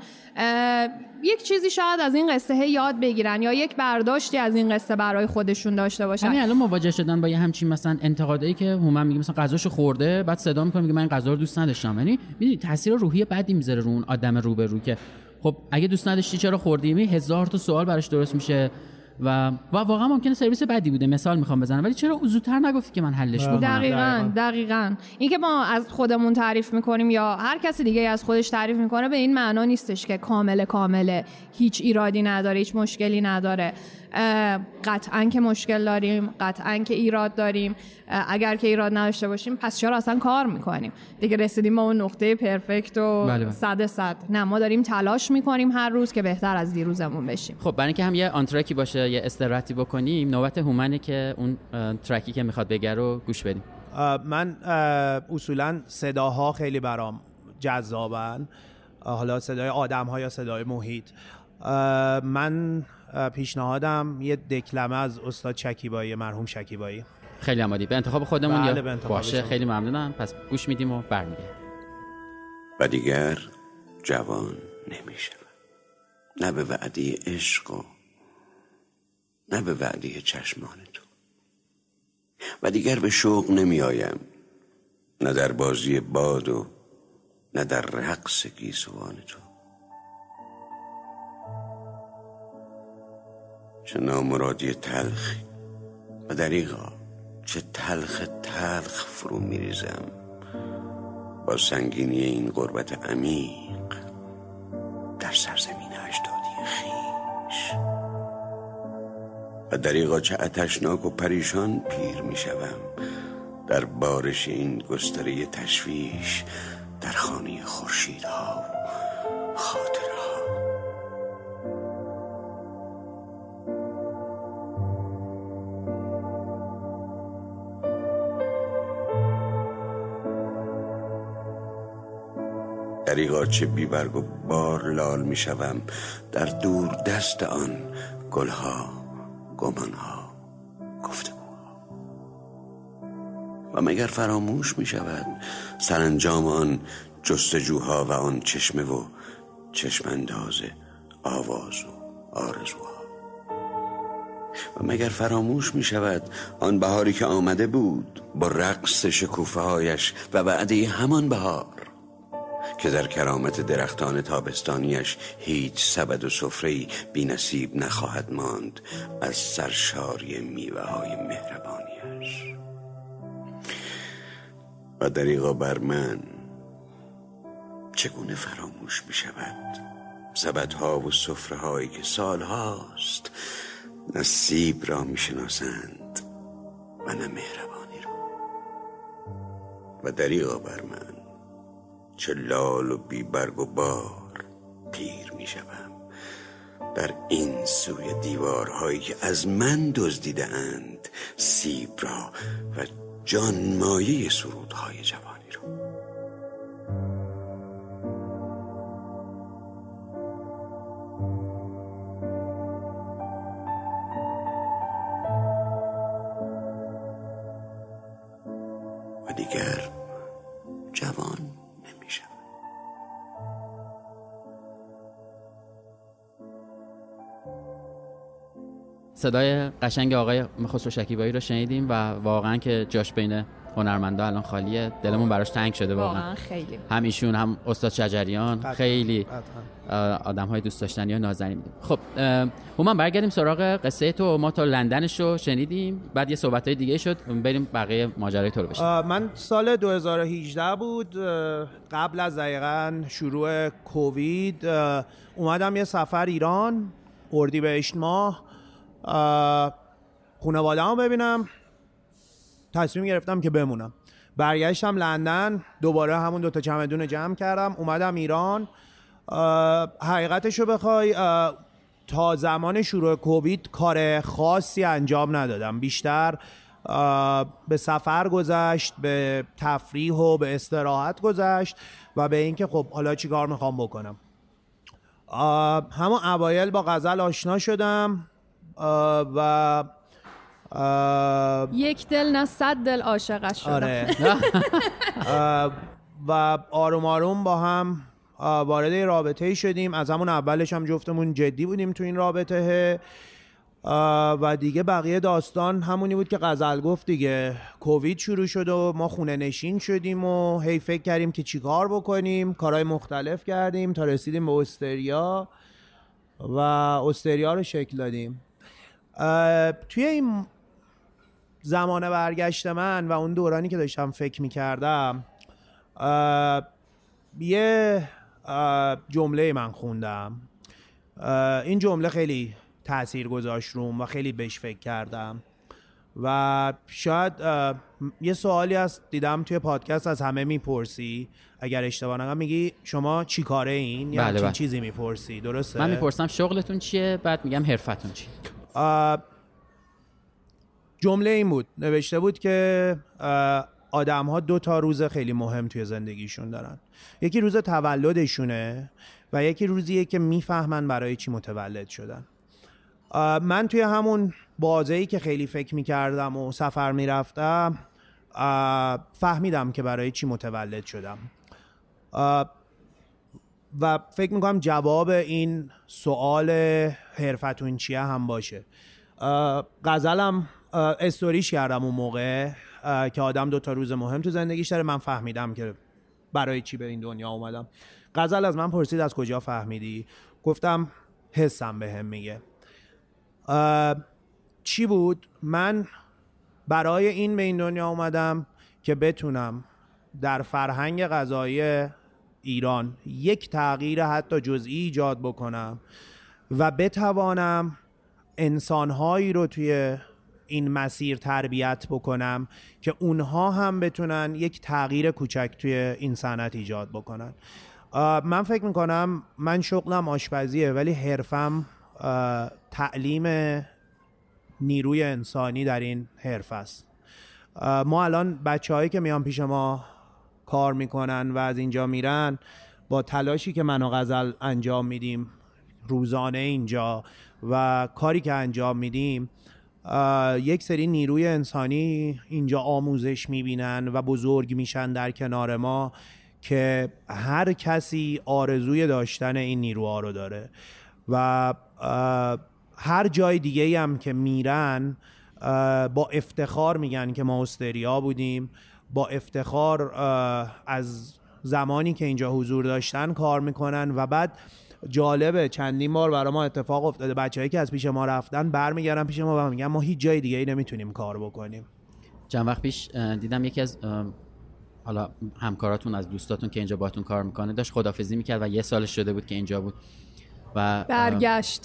یک چیزی شاید از این قصه یاد بگیرن یا یک برداشتی از این قصه برای خودشون داشته باشن. همین الان مواجه شدن با یه همچین مثلا انتقادایی که هومن میگه مثلا غذاشو خورده، بعد صدا میکنه میگه من این غذا رو دوست نداشتم. یعنی میدونی تاثیر روحی بدی میذاره رو اون آدم روبرو که خب اگه دوست نداشتی چرا خوردی؟ هزار تا سوال براش درست میشه و واقعا ممکنه سرویس بدی بوده، مثال میخوام بزنم، ولی چرا زودتر نگفتی که من حلش بکنم؟ دقیقاً این که ما از خودمون تعریف میکنیم یا هر کسی دیگه از خودش تعریف میکنه به این معنا نیستش که کامله، هیچ ایرادی نداره، هیچ مشکلی نداره. قطعاً که مشکل داریم، قطعاً که ایراد داریم. اگر که ایراد نداشته باشیم پس چرا اصلا کار میکنیم؟ دیگه رسیدیم به اون نقطه پرفکت و 100%. نه، ما داریم تلاش میکنیم هر روز که بهتر از دیروزمون بشیم. خب برای اینکه هم یه آنترکی باشه، یه استراحتی بکنیم، نوبت هومنه که اون ترکی که میخواد بگه رو گوش بدیم. من اصولاً صداها خیلی برام جذابن، حالا صدای آدم‌ها یا صدای محیط. من پیشنهادم یه دکلمه از استاد شکیبایی، مرحوم شکیبایی. خیلی عمالی به انتخاب خودمون. بله، یا باشه، خیلی ممنونم. پس گوش میدیم و برمیگردیم. و دیگر جوان نمیشم، نه به وعده عشق و نه به وعده چشمان تو، و دیگر به شوق نمی آیم، نه در بازی باد و نه در رقص گیسوان تو. چه نامرادی تلخی و دریغا چه تلخ فرو میریزم با سنگینی این غربت عمیق در سرزمین اجدادی خویش، و دریغا چه آتشناک و پریشان پیر میشوم در بارش این گستره تشویش در خانه خورشیدها و خاطرها. دریغا چه بیبرگ و بار لال می شوم در دور دست آن گلها، گمانها، گفتگوها. و مگر فراموش می شود سرانجام آن جستجوها و آن چشمه و چشمانداز آواز و آرزوها؟ و مگر فراموش می شود آن بهاری که آمده بود با رقص شکوفه هایش و وعده همان بهار که در کرامت درختان تابستانیش هیچ سبد و سفره‌ای بی نصیب نخواهد ماند از سرشاری میوه های مهربانیش. و دریغا بر من چگونه فراموش می شود سبدها و سفره هایی که سالهاست نصیب را می شناسند و نه مهربانی را. و دریغا بر من چه لال و بی برگ و بار پیر می شوم در این سوی دیوارهایی که از من دزدیده اند سیب را و جان مایه سرودهای جوانی را. و دیگر جوان نمیشم. صدای قشنگ آقای خسرو شکیبایی رو شنیدیم و واقعا که جاش بین هنرمندا الان خالیه، دلمون براش تنگ شده واقعا. خیلی هم ایشون هم استاد شجریان خیلی آدم‌های دوست داشتنی و نازنین بودیم. خب هومن برگردیم سراغ قصه تو. ما تا لندنش رو شنیدیم، بعد یه صحبت‌های دیگه شد، بریم بقیه ماجرای تو رو بشنویم. من سال 2018 بود، قبل از دقیقاً شروع کووید اومدم یه سفر ایران، اردیبهشت ماه خانواده‌مو ببینم. تصمیم گرفتم که بمونم. برگشتم لندن، دوباره همون 2 تا چمدون جمع کردم، اومدم ایران. حقیقتشو بخوای تا زمان شروع کووید کار خاصی انجام ندادم، بیشتر به سفر گذشت، به تفریح و به استراحت گذشت و به اینکه خب حالا چی کار میخوام بکنم. همون اوایل با غزل آشنا شدم و یک دل نه 100 دل عاشقش شدم. آره. و آروم آروم با هم وارد رابطه شدیم. از همون اولش هم جفتمون جدی بودیم تو این رابطه و دیگه بقیه داستان همونی بود که غزل گفت دیگه. کووید شروع شد و ما خونه نشین شدیم و هی فکر کردیم که چی کار بکنیم، کارهای مختلف کردیم تا رسیدیم به استریا و استریا رو شکل دادیم. توی این زمان برگشت من و اون دورانی که داشتم فکر می‌کردم، یه جمله من خوندم. این جمله خیلی تأثیر گذاشت روم و خیلی بهش فکر کردم و شاید یه سوالی هست دیدم توی پادکست از همه میپرسی، اگر اشتباه نکنم میگی شما چی کاره این یا بله. چیزی میپرسی، درسته؟ من میپرسم شغلتون چیه، بعد میگم حرفتون چیه. جمله این بود، نوشته بود که آدم ها 2 تا روز خیلی مهم توی زندگیشون دارن. یکی روز تولدشونه و یکی روزیه که میفهمن برای چی متولد شدن. من توی همون بازه‌ای که خیلی فکر میکردم و سفر میرفتم فهمیدم که برای چی متولد شدم و فکر میکنم جواب این سوال حرفتون چیه هم باشه. غزلم استوریش کردم اون موقع که آدم 2 تا روز مهم تو زندگیش داره. من فهمیدم که برای چی به این دنیا اومدم. غزل از من پرسید از کجا فهمیدی؟ گفتم حسم بهم میگه. چی بود؟ من برای این به این دنیا اومدم که بتونم در فرهنگ غذایی ایران یک تغییر حتی جزئی ایجاد بکنم و بتوانم انسانهایی رو توی این مسیر تربیت بکنم که اونها هم بتونن یک تغییر کوچک توی این صنعت ایجاد بکنن. من فکر میکنم من شغلم آشپزیه ولی حرفم تعلیم نیروی انسانی در این حرف است. ما الان بچه‌هایی که میان پیش ما کار میکنن و از اینجا میرن، با تلاشی که من و غزل انجام میدیم روزانه اینجا و کاری که انجام میدیم، یک سری نیروی انسانی اینجا آموزش میبینن و بزرگ میشن در کنار ما که هر کسی آرزوی داشتن این نیروها رو داره و هر جای دیگه هم که میرن با افتخار میگن که ما استریا بودیم، با افتخار از زمانی که اینجا حضور داشتن کار میکنن و بعد جالبه چندین بار برای ما اتفاق افتاده بچه‌ای که از پیش ما رفتن برمیگردن پیش ما و میگن ما هیچ جای دیگه ای نمیتونیم کار بکنیم. چند وقت پیش دیدم یکی از حالا همکاراتون از دوستاتون که اینجا باهاتون کار میکنه داشت خداحافظی میکرد و 1 سالش شده بود که اینجا بود و برگشت.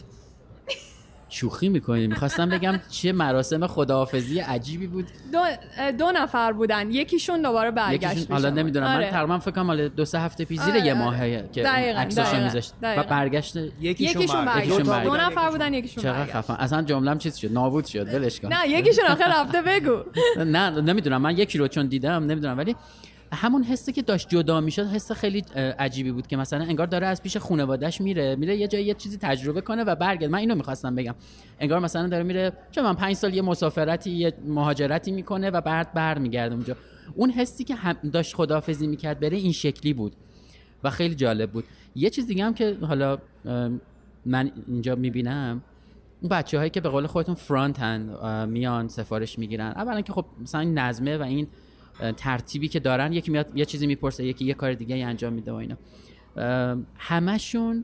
شوخی میکنید؟ میخواستم بگم چه مراسم خداحافظی عجیبی بود. 2 نفر بودن، یکیشون دوباره برگشت. حالا نمیدونم من تقریبا فکر کنم حالا 2-3 هفته پیش زیر یه ماهه که عکساشو میذاشت و برگشت. یکیشون برگشت. 2 نفر بودن، یکیشون برگشت. چقدر خفن. اصلا جمله‌ام چیز شد، نابود شد، ولش کن. نه یکیشون آخر هفته بگو. نه نمیدونم، من یکی رو چون دیدم نمیدونم، ولی همون حسی که داشت جدا میشد حس خیلی عجیبی بود که مثلا انگار داره از پیش خانواده‌اش میره یه جایی یه چیزی تجربه کنه و برگرده. من اینو میخواستم بگم، انگار مثلا داره میره چه من 5 سال یه مسافرتی یه مهاجرتی میکنه و بعد برمیگرده اونجا. اون حسی که داشت خداحافظی میکرد بره این شکلی بود و خیلی جالب بود. یه چیز دیگه هم که حالا من اینجا میبینم اون بچه‌هایی که به قول خودتون فرانت هند میان سفارش میگیرن، اولا که خب مثلا این نظمه و این ترتیبی که دارن، یکی میاد یه چیزی میپرسه، یکی یه کار دیگه انجام میده و اینا، همشون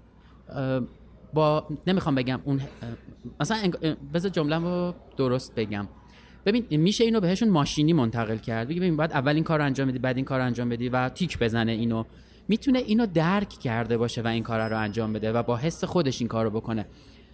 با نمیخوام بگم اون مثلا بذار جمله‌مو درست بگم. ببین میشه اینو بهشون ماشینی منتقل کرد، ببین بعد اول این کارو انجام بدی بعد این کارو انجام بدی و تیک بزنه، اینو میتونه اینو درک کرده باشه و این کارا رو انجام بده و با حس خودش این کارو بکنه.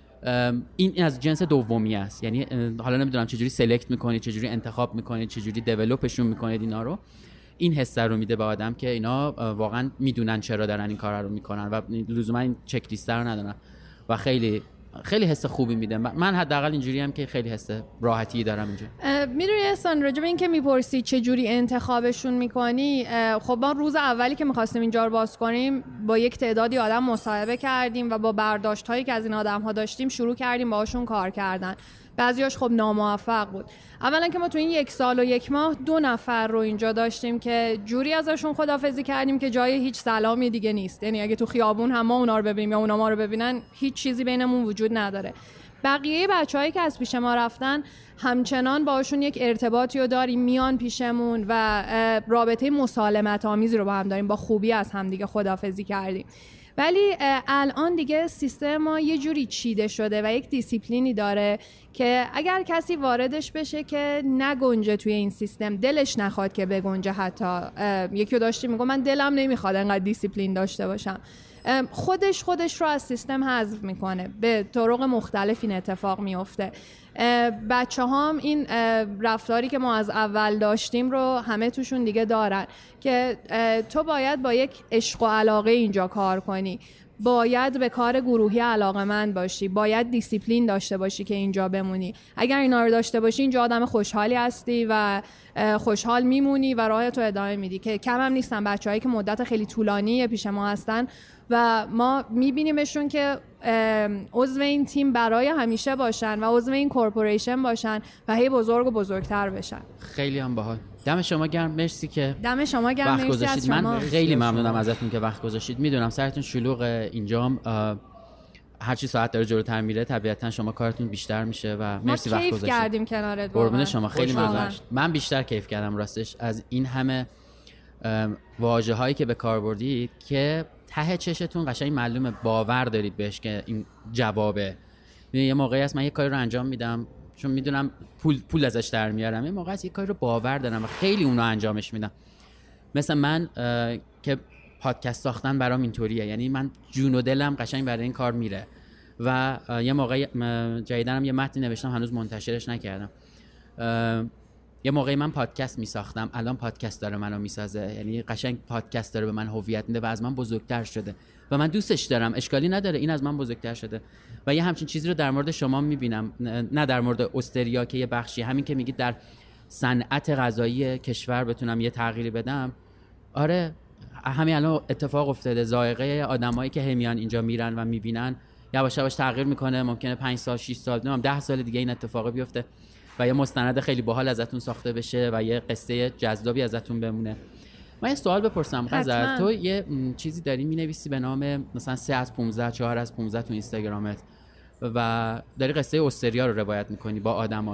این از جنس دومی است، یعنی حالا نمیدونم چجوری سلکت میکنید، چجوری انتخاب میکنید، چجوری دیولپشون میکنید اینا رو، این حس رو میده به آدم که اینا واقعا میدونن چرا دارن این کارا رو میکنن و لزوما این چک لیست رو ندارن و خیلی خیلی حس خوبی میده. من حداقل اینجوری هم که خیلی حس راحتی دارم اینجا. میدونی احسان راجع به این که میپرسی چه جوری انتخابشون میکنی، خب ما روز اولی که میخواستیم اینجا رو باز کنیم با یک تعدادی آدم مصاحبه کردیم و با برداشت هایی که از این آدم ها داشتیم شروع کردیم باهاشون کار کردن. بعضیاش خب ناموفق بود. اولا که ما تو این 1 سال و 1 ماه 2 نفر رو اینجا داشتیم که جوری ازشون خداحافظی کردیم که جای هیچ سلامی دیگه نیست، یعنی اگه تو خیابون هم ما اونا رو ببینیم یا اونا ما رو ببینن هیچ چیزی بینمون وجود نداره. بقیه بچه‌هایی که از پیش ما رفتن همچنان باشون یک ارتباطی رو داریم، میان پیشمون و رابطه مسالمت آمیزی رو با هم داریم، با خوبی از هم دیگه خداحافظی کردیم. ولی الان دیگه سیستم ما یه جوری چیده شده و یک دیسیپلینی داره که اگر کسی واردش بشه که نگنجه توی این سیستم، دلش نخواد که بگنجه، حتی یکی رو داشتی میگم من دلم نمیخواد انقدر دیسیپلین داشته باشم، خودش رو از سیستم حذف میکنه. به طرق مختلف این اتفاق میفته. بچه هم این رفتاری که ما از اول داشتیم رو همه توشون دیگه دارن که تو باید با یک عشق و علاقه اینجا کار کنی، باید به کار گروهی علاقه‌مند باشی، باید دیسیپلین داشته باشی که اینجا بمونی. اگر اینا رو داشته باشی اینجا آدم خوشحالی هستی و خوشحال میمونی و راهتو ادامه میدی. که کم هم نیستن بچه‌هایی که مدت خیلی طولانی پیش ما هستن و ما میبینیمشون که عضو این تیم برای همیشه باشن و عضو این کورپوریشن باشن و هی بزرگ و بزرگتر بشن. خیلی هم باحال. دم شما گرم، مرسی که دم شما گرم، مرسی از شما. من خیلی ممنونم ازتون که وقت گذاشتید. میدونم سرتون شلوغه، اینجام هر چی ساعت داره جلوتر میره طبیعتا شما کارتون بیشتر میشه و مرسی وقت گذاشتید. ما کیف کردیم کنارت. قربون شما، خیلی ممنونم. من بیشتر کیف کردم راستش از این همه واژه‌هایی که به کار بردید که ته چشتون قشنگ معلومه باور دارید بهش که این جوابه. یه موقعی هست من یه کاری رو انجام میدم چون میدونم پول ازش در میارم، یه موقعی هست یه کاری رو باور دارم و خیلی اونو انجامش میدم. مثلا من که پادکست ساختن برام اینطوریه، یعنی من جون و دلم قشنگ برای این کار میره و یه موقعی جدیدنم یه متن نوشتم هنوز منتشرش نکردم. یه موقعی من پادکست میساختم، الان پادکست داره منو میسازه، یعنی قشنگ پادکست داره به من هویت میده و از من بزرگتر شده و من دوستش دارم، اشکالی نداره، این از من بزرگتر شده. و یه همچین چیزی رو در مورد شما میبینم، نه در مورد استریا که یه بخشی همین که میگید در صنعت غذایی کشور بتونم یه تغییری بدم. آره همین الان اتفاق افتاده، ذائقه آدمایی که همیان اینجا میرن و میبینن یواش یواش تغییر میکنه، ممکنه 5 سال 6 سال 10 سال دیگه این اتفاق بیفته و یه مستند خیلی باحال ازتون ساخته بشه و یه قصه جذابی ازتون بمونه. من یه سوال بپرسم غزل، تو یه چیزی داری مینویسی به نام مثلا 3 از 15 4 از 15 تو اینستاگرامت و داری قصه استریا رو روایت میکنی با آدماش.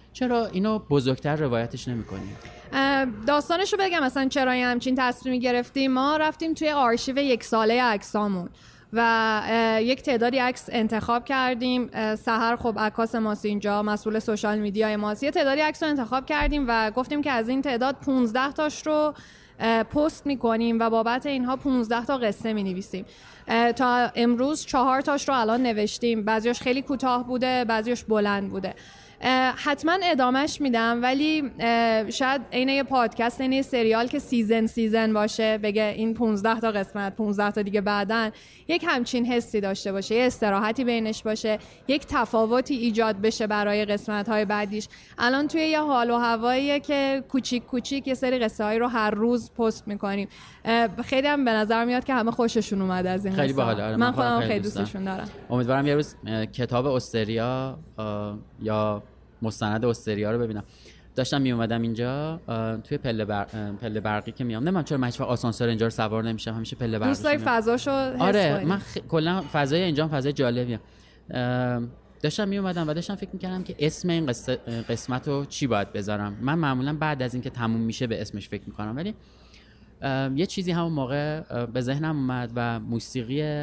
چرا اینو بزرگتر روایتش نمی‌کنی؟ داستانشو بگم مثلا چرا همچین تصمیمی گرفتیم. ما رفتیم توی آرشیو 1 ساله عکسامون و یک تعدادی عکس انتخاب کردیم. سحر خب عکاس ماست اینجا، مسئول سوشال میدیای ماست. یه تعدادی عکس رو انتخاب کردیم و گفتیم که از این تعداد 15 تاش رو پست میکنیم و بابت اینها 15 تا قصه مینویسیم. تا امروز 4 تاش رو الان نوشتیم. بعضیش خیلی کوتاه بوده، بعضیش بلند بوده. حتما ادامهش میدم، ولی شاید عین یه پادکست، عین یه سریال که سیزن باشه، بگه این 15 تا قسمت 15 تا دیگه بعدن یک همچین حسی داشته باشه، یه استراحتی بینش باشه، یک تفاوتی ایجاد بشه برای قسمت‌های بعدیش. الان توی یه حال و هواییه که کوچیک یه سری قصه‌های رو هر روز پست می‌کنیم. خیلی هم به نظر میاد که همه خوششون اومده از این قصه. خیلی باحاله. من خودم خیلی دوستشون دارم. امیدوارم یه روز کتاب استریا یا مستند استریا رو ببینم. داشتم می اومدم اینجا توی پله برقی که میام، نمیدونم چرا من هیچ وقت آسانسور اینجا رو سوار نمیشم، همیشه پله برقی. دوست داری فضاشو حس آره کنی؟ من کلا فضای اینجا فضای جالبیه. داشتم می اومدم و داشتم فکر می‌کردم که اسم این قسمت رو چی باید بذارم. من معمولا بعد از اینکه تموم میشه به اسمش فکر می‌کنم، ولی یه چیزی همون موقع به ذهنم اومد و موسیقی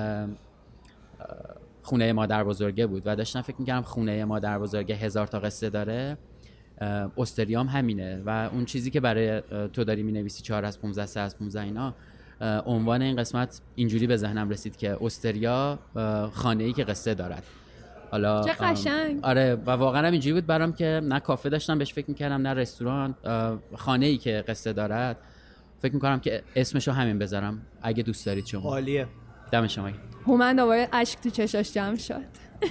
خونه مادر بزرگه بود و داشتم فکر می‌کردم خونه مادر بزرگه 1000 تا قصه داره، استریام همینه و اون چیزی که برای تو داری می‌نویسی 4 از 15 3 از 15 اینا، عنوان این قسمت اینجوری به ذهنم رسید که استریا خانه‌ای که قصه دارد. حالا چه قشنگ. آره و واقعا هم اینجوری بود برام که نه کافه داشتم بهش فکر می‌کردم، نه رستوران، خانه‌ای که قصه دارد. فکر می‌کنم که اسمشو همین بذارم اگه دوست دارید شما. عالیه. دم شما. هومن دوباره اشک تو چشاش جمع شد.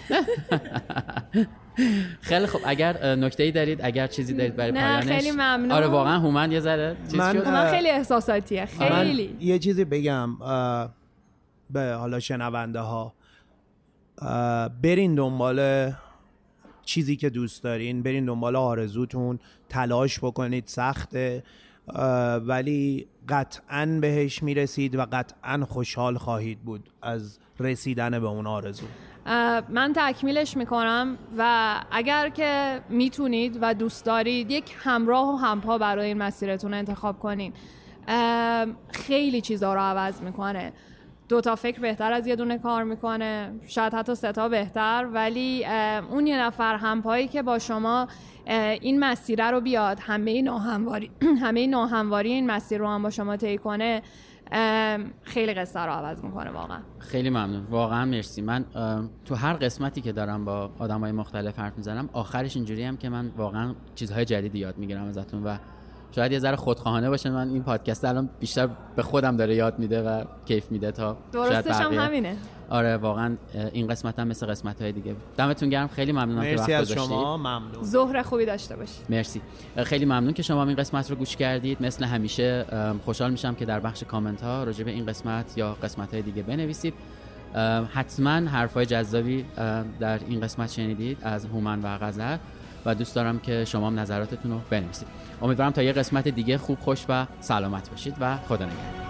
خیلی خب، اگر نکته‌ای دارید، اگر چیزی دارید برای پایانش. نه خیلی ممنون. آره واقعا هومن یه ذره چیز شد. من خیلی احساساتیه، خیلی. یه چیزی بگم به حالا شنونده ها، برین دنبال چیزی که دوست دارین، برین دنبال آرزوتون، تلاش بکنید، سخته ولی قطعاً بهش میرسید و قطعاً خوشحال خواهید بود از رسیدن به اون آرزو. من تکمیلش میکنم و اگر که میتونید و دوست دارید یک همراه و همپا برای این مسیرتون انتخاب کنین. خیلی چیزا رو عوض میکنه. 2 تا فکر بهتر از 1 دونه کار میکنه، شاید حتی 3 تا بهتر، ولی اون یه نفر همپایی که با شما این مسیر رو بیاد، همه ناهمواری این مسیر رو هم با شما طی کنه، خیلی قصه رو عوض میکنه. واقعا خیلی ممنون، واقعا مرسی. من تو هر قسمتی که دارم با آدمای مختلف حرف میزنم، آخرش اینجوری هم که من واقعا چیزهای جدیدی یاد میگیرم ازتون و شاید یه ذره خودخواهانه باشه، من این پادکست الان بیشتر به خودم داره یاد میده و کیف میده تا درستش هم همینه. آره واقعا این قسمت هم مثل قسمت‌های دیگه. دمتون گرم، خیلی ممنونم که وقت گذاشتید. مرسی از شما، ممنون. ظهر خوبی داشته باشید. مرسی. خیلی ممنون که شما این قسمت رو گوش کردید. مثل همیشه خوشحال میشم که در بخش کامنت ها راجع به این قسمت یا قسمت‌های دیگه بنویسید. حتما حرفای جذابی در این قسمت شنیدید از هومن و غزل و دوست دارم که شما هم نظراتتون رو بنویسید. امیدوارم تا یه قسمت دیگه خوب، خوش و سلامت باشید و خدا نگهدار.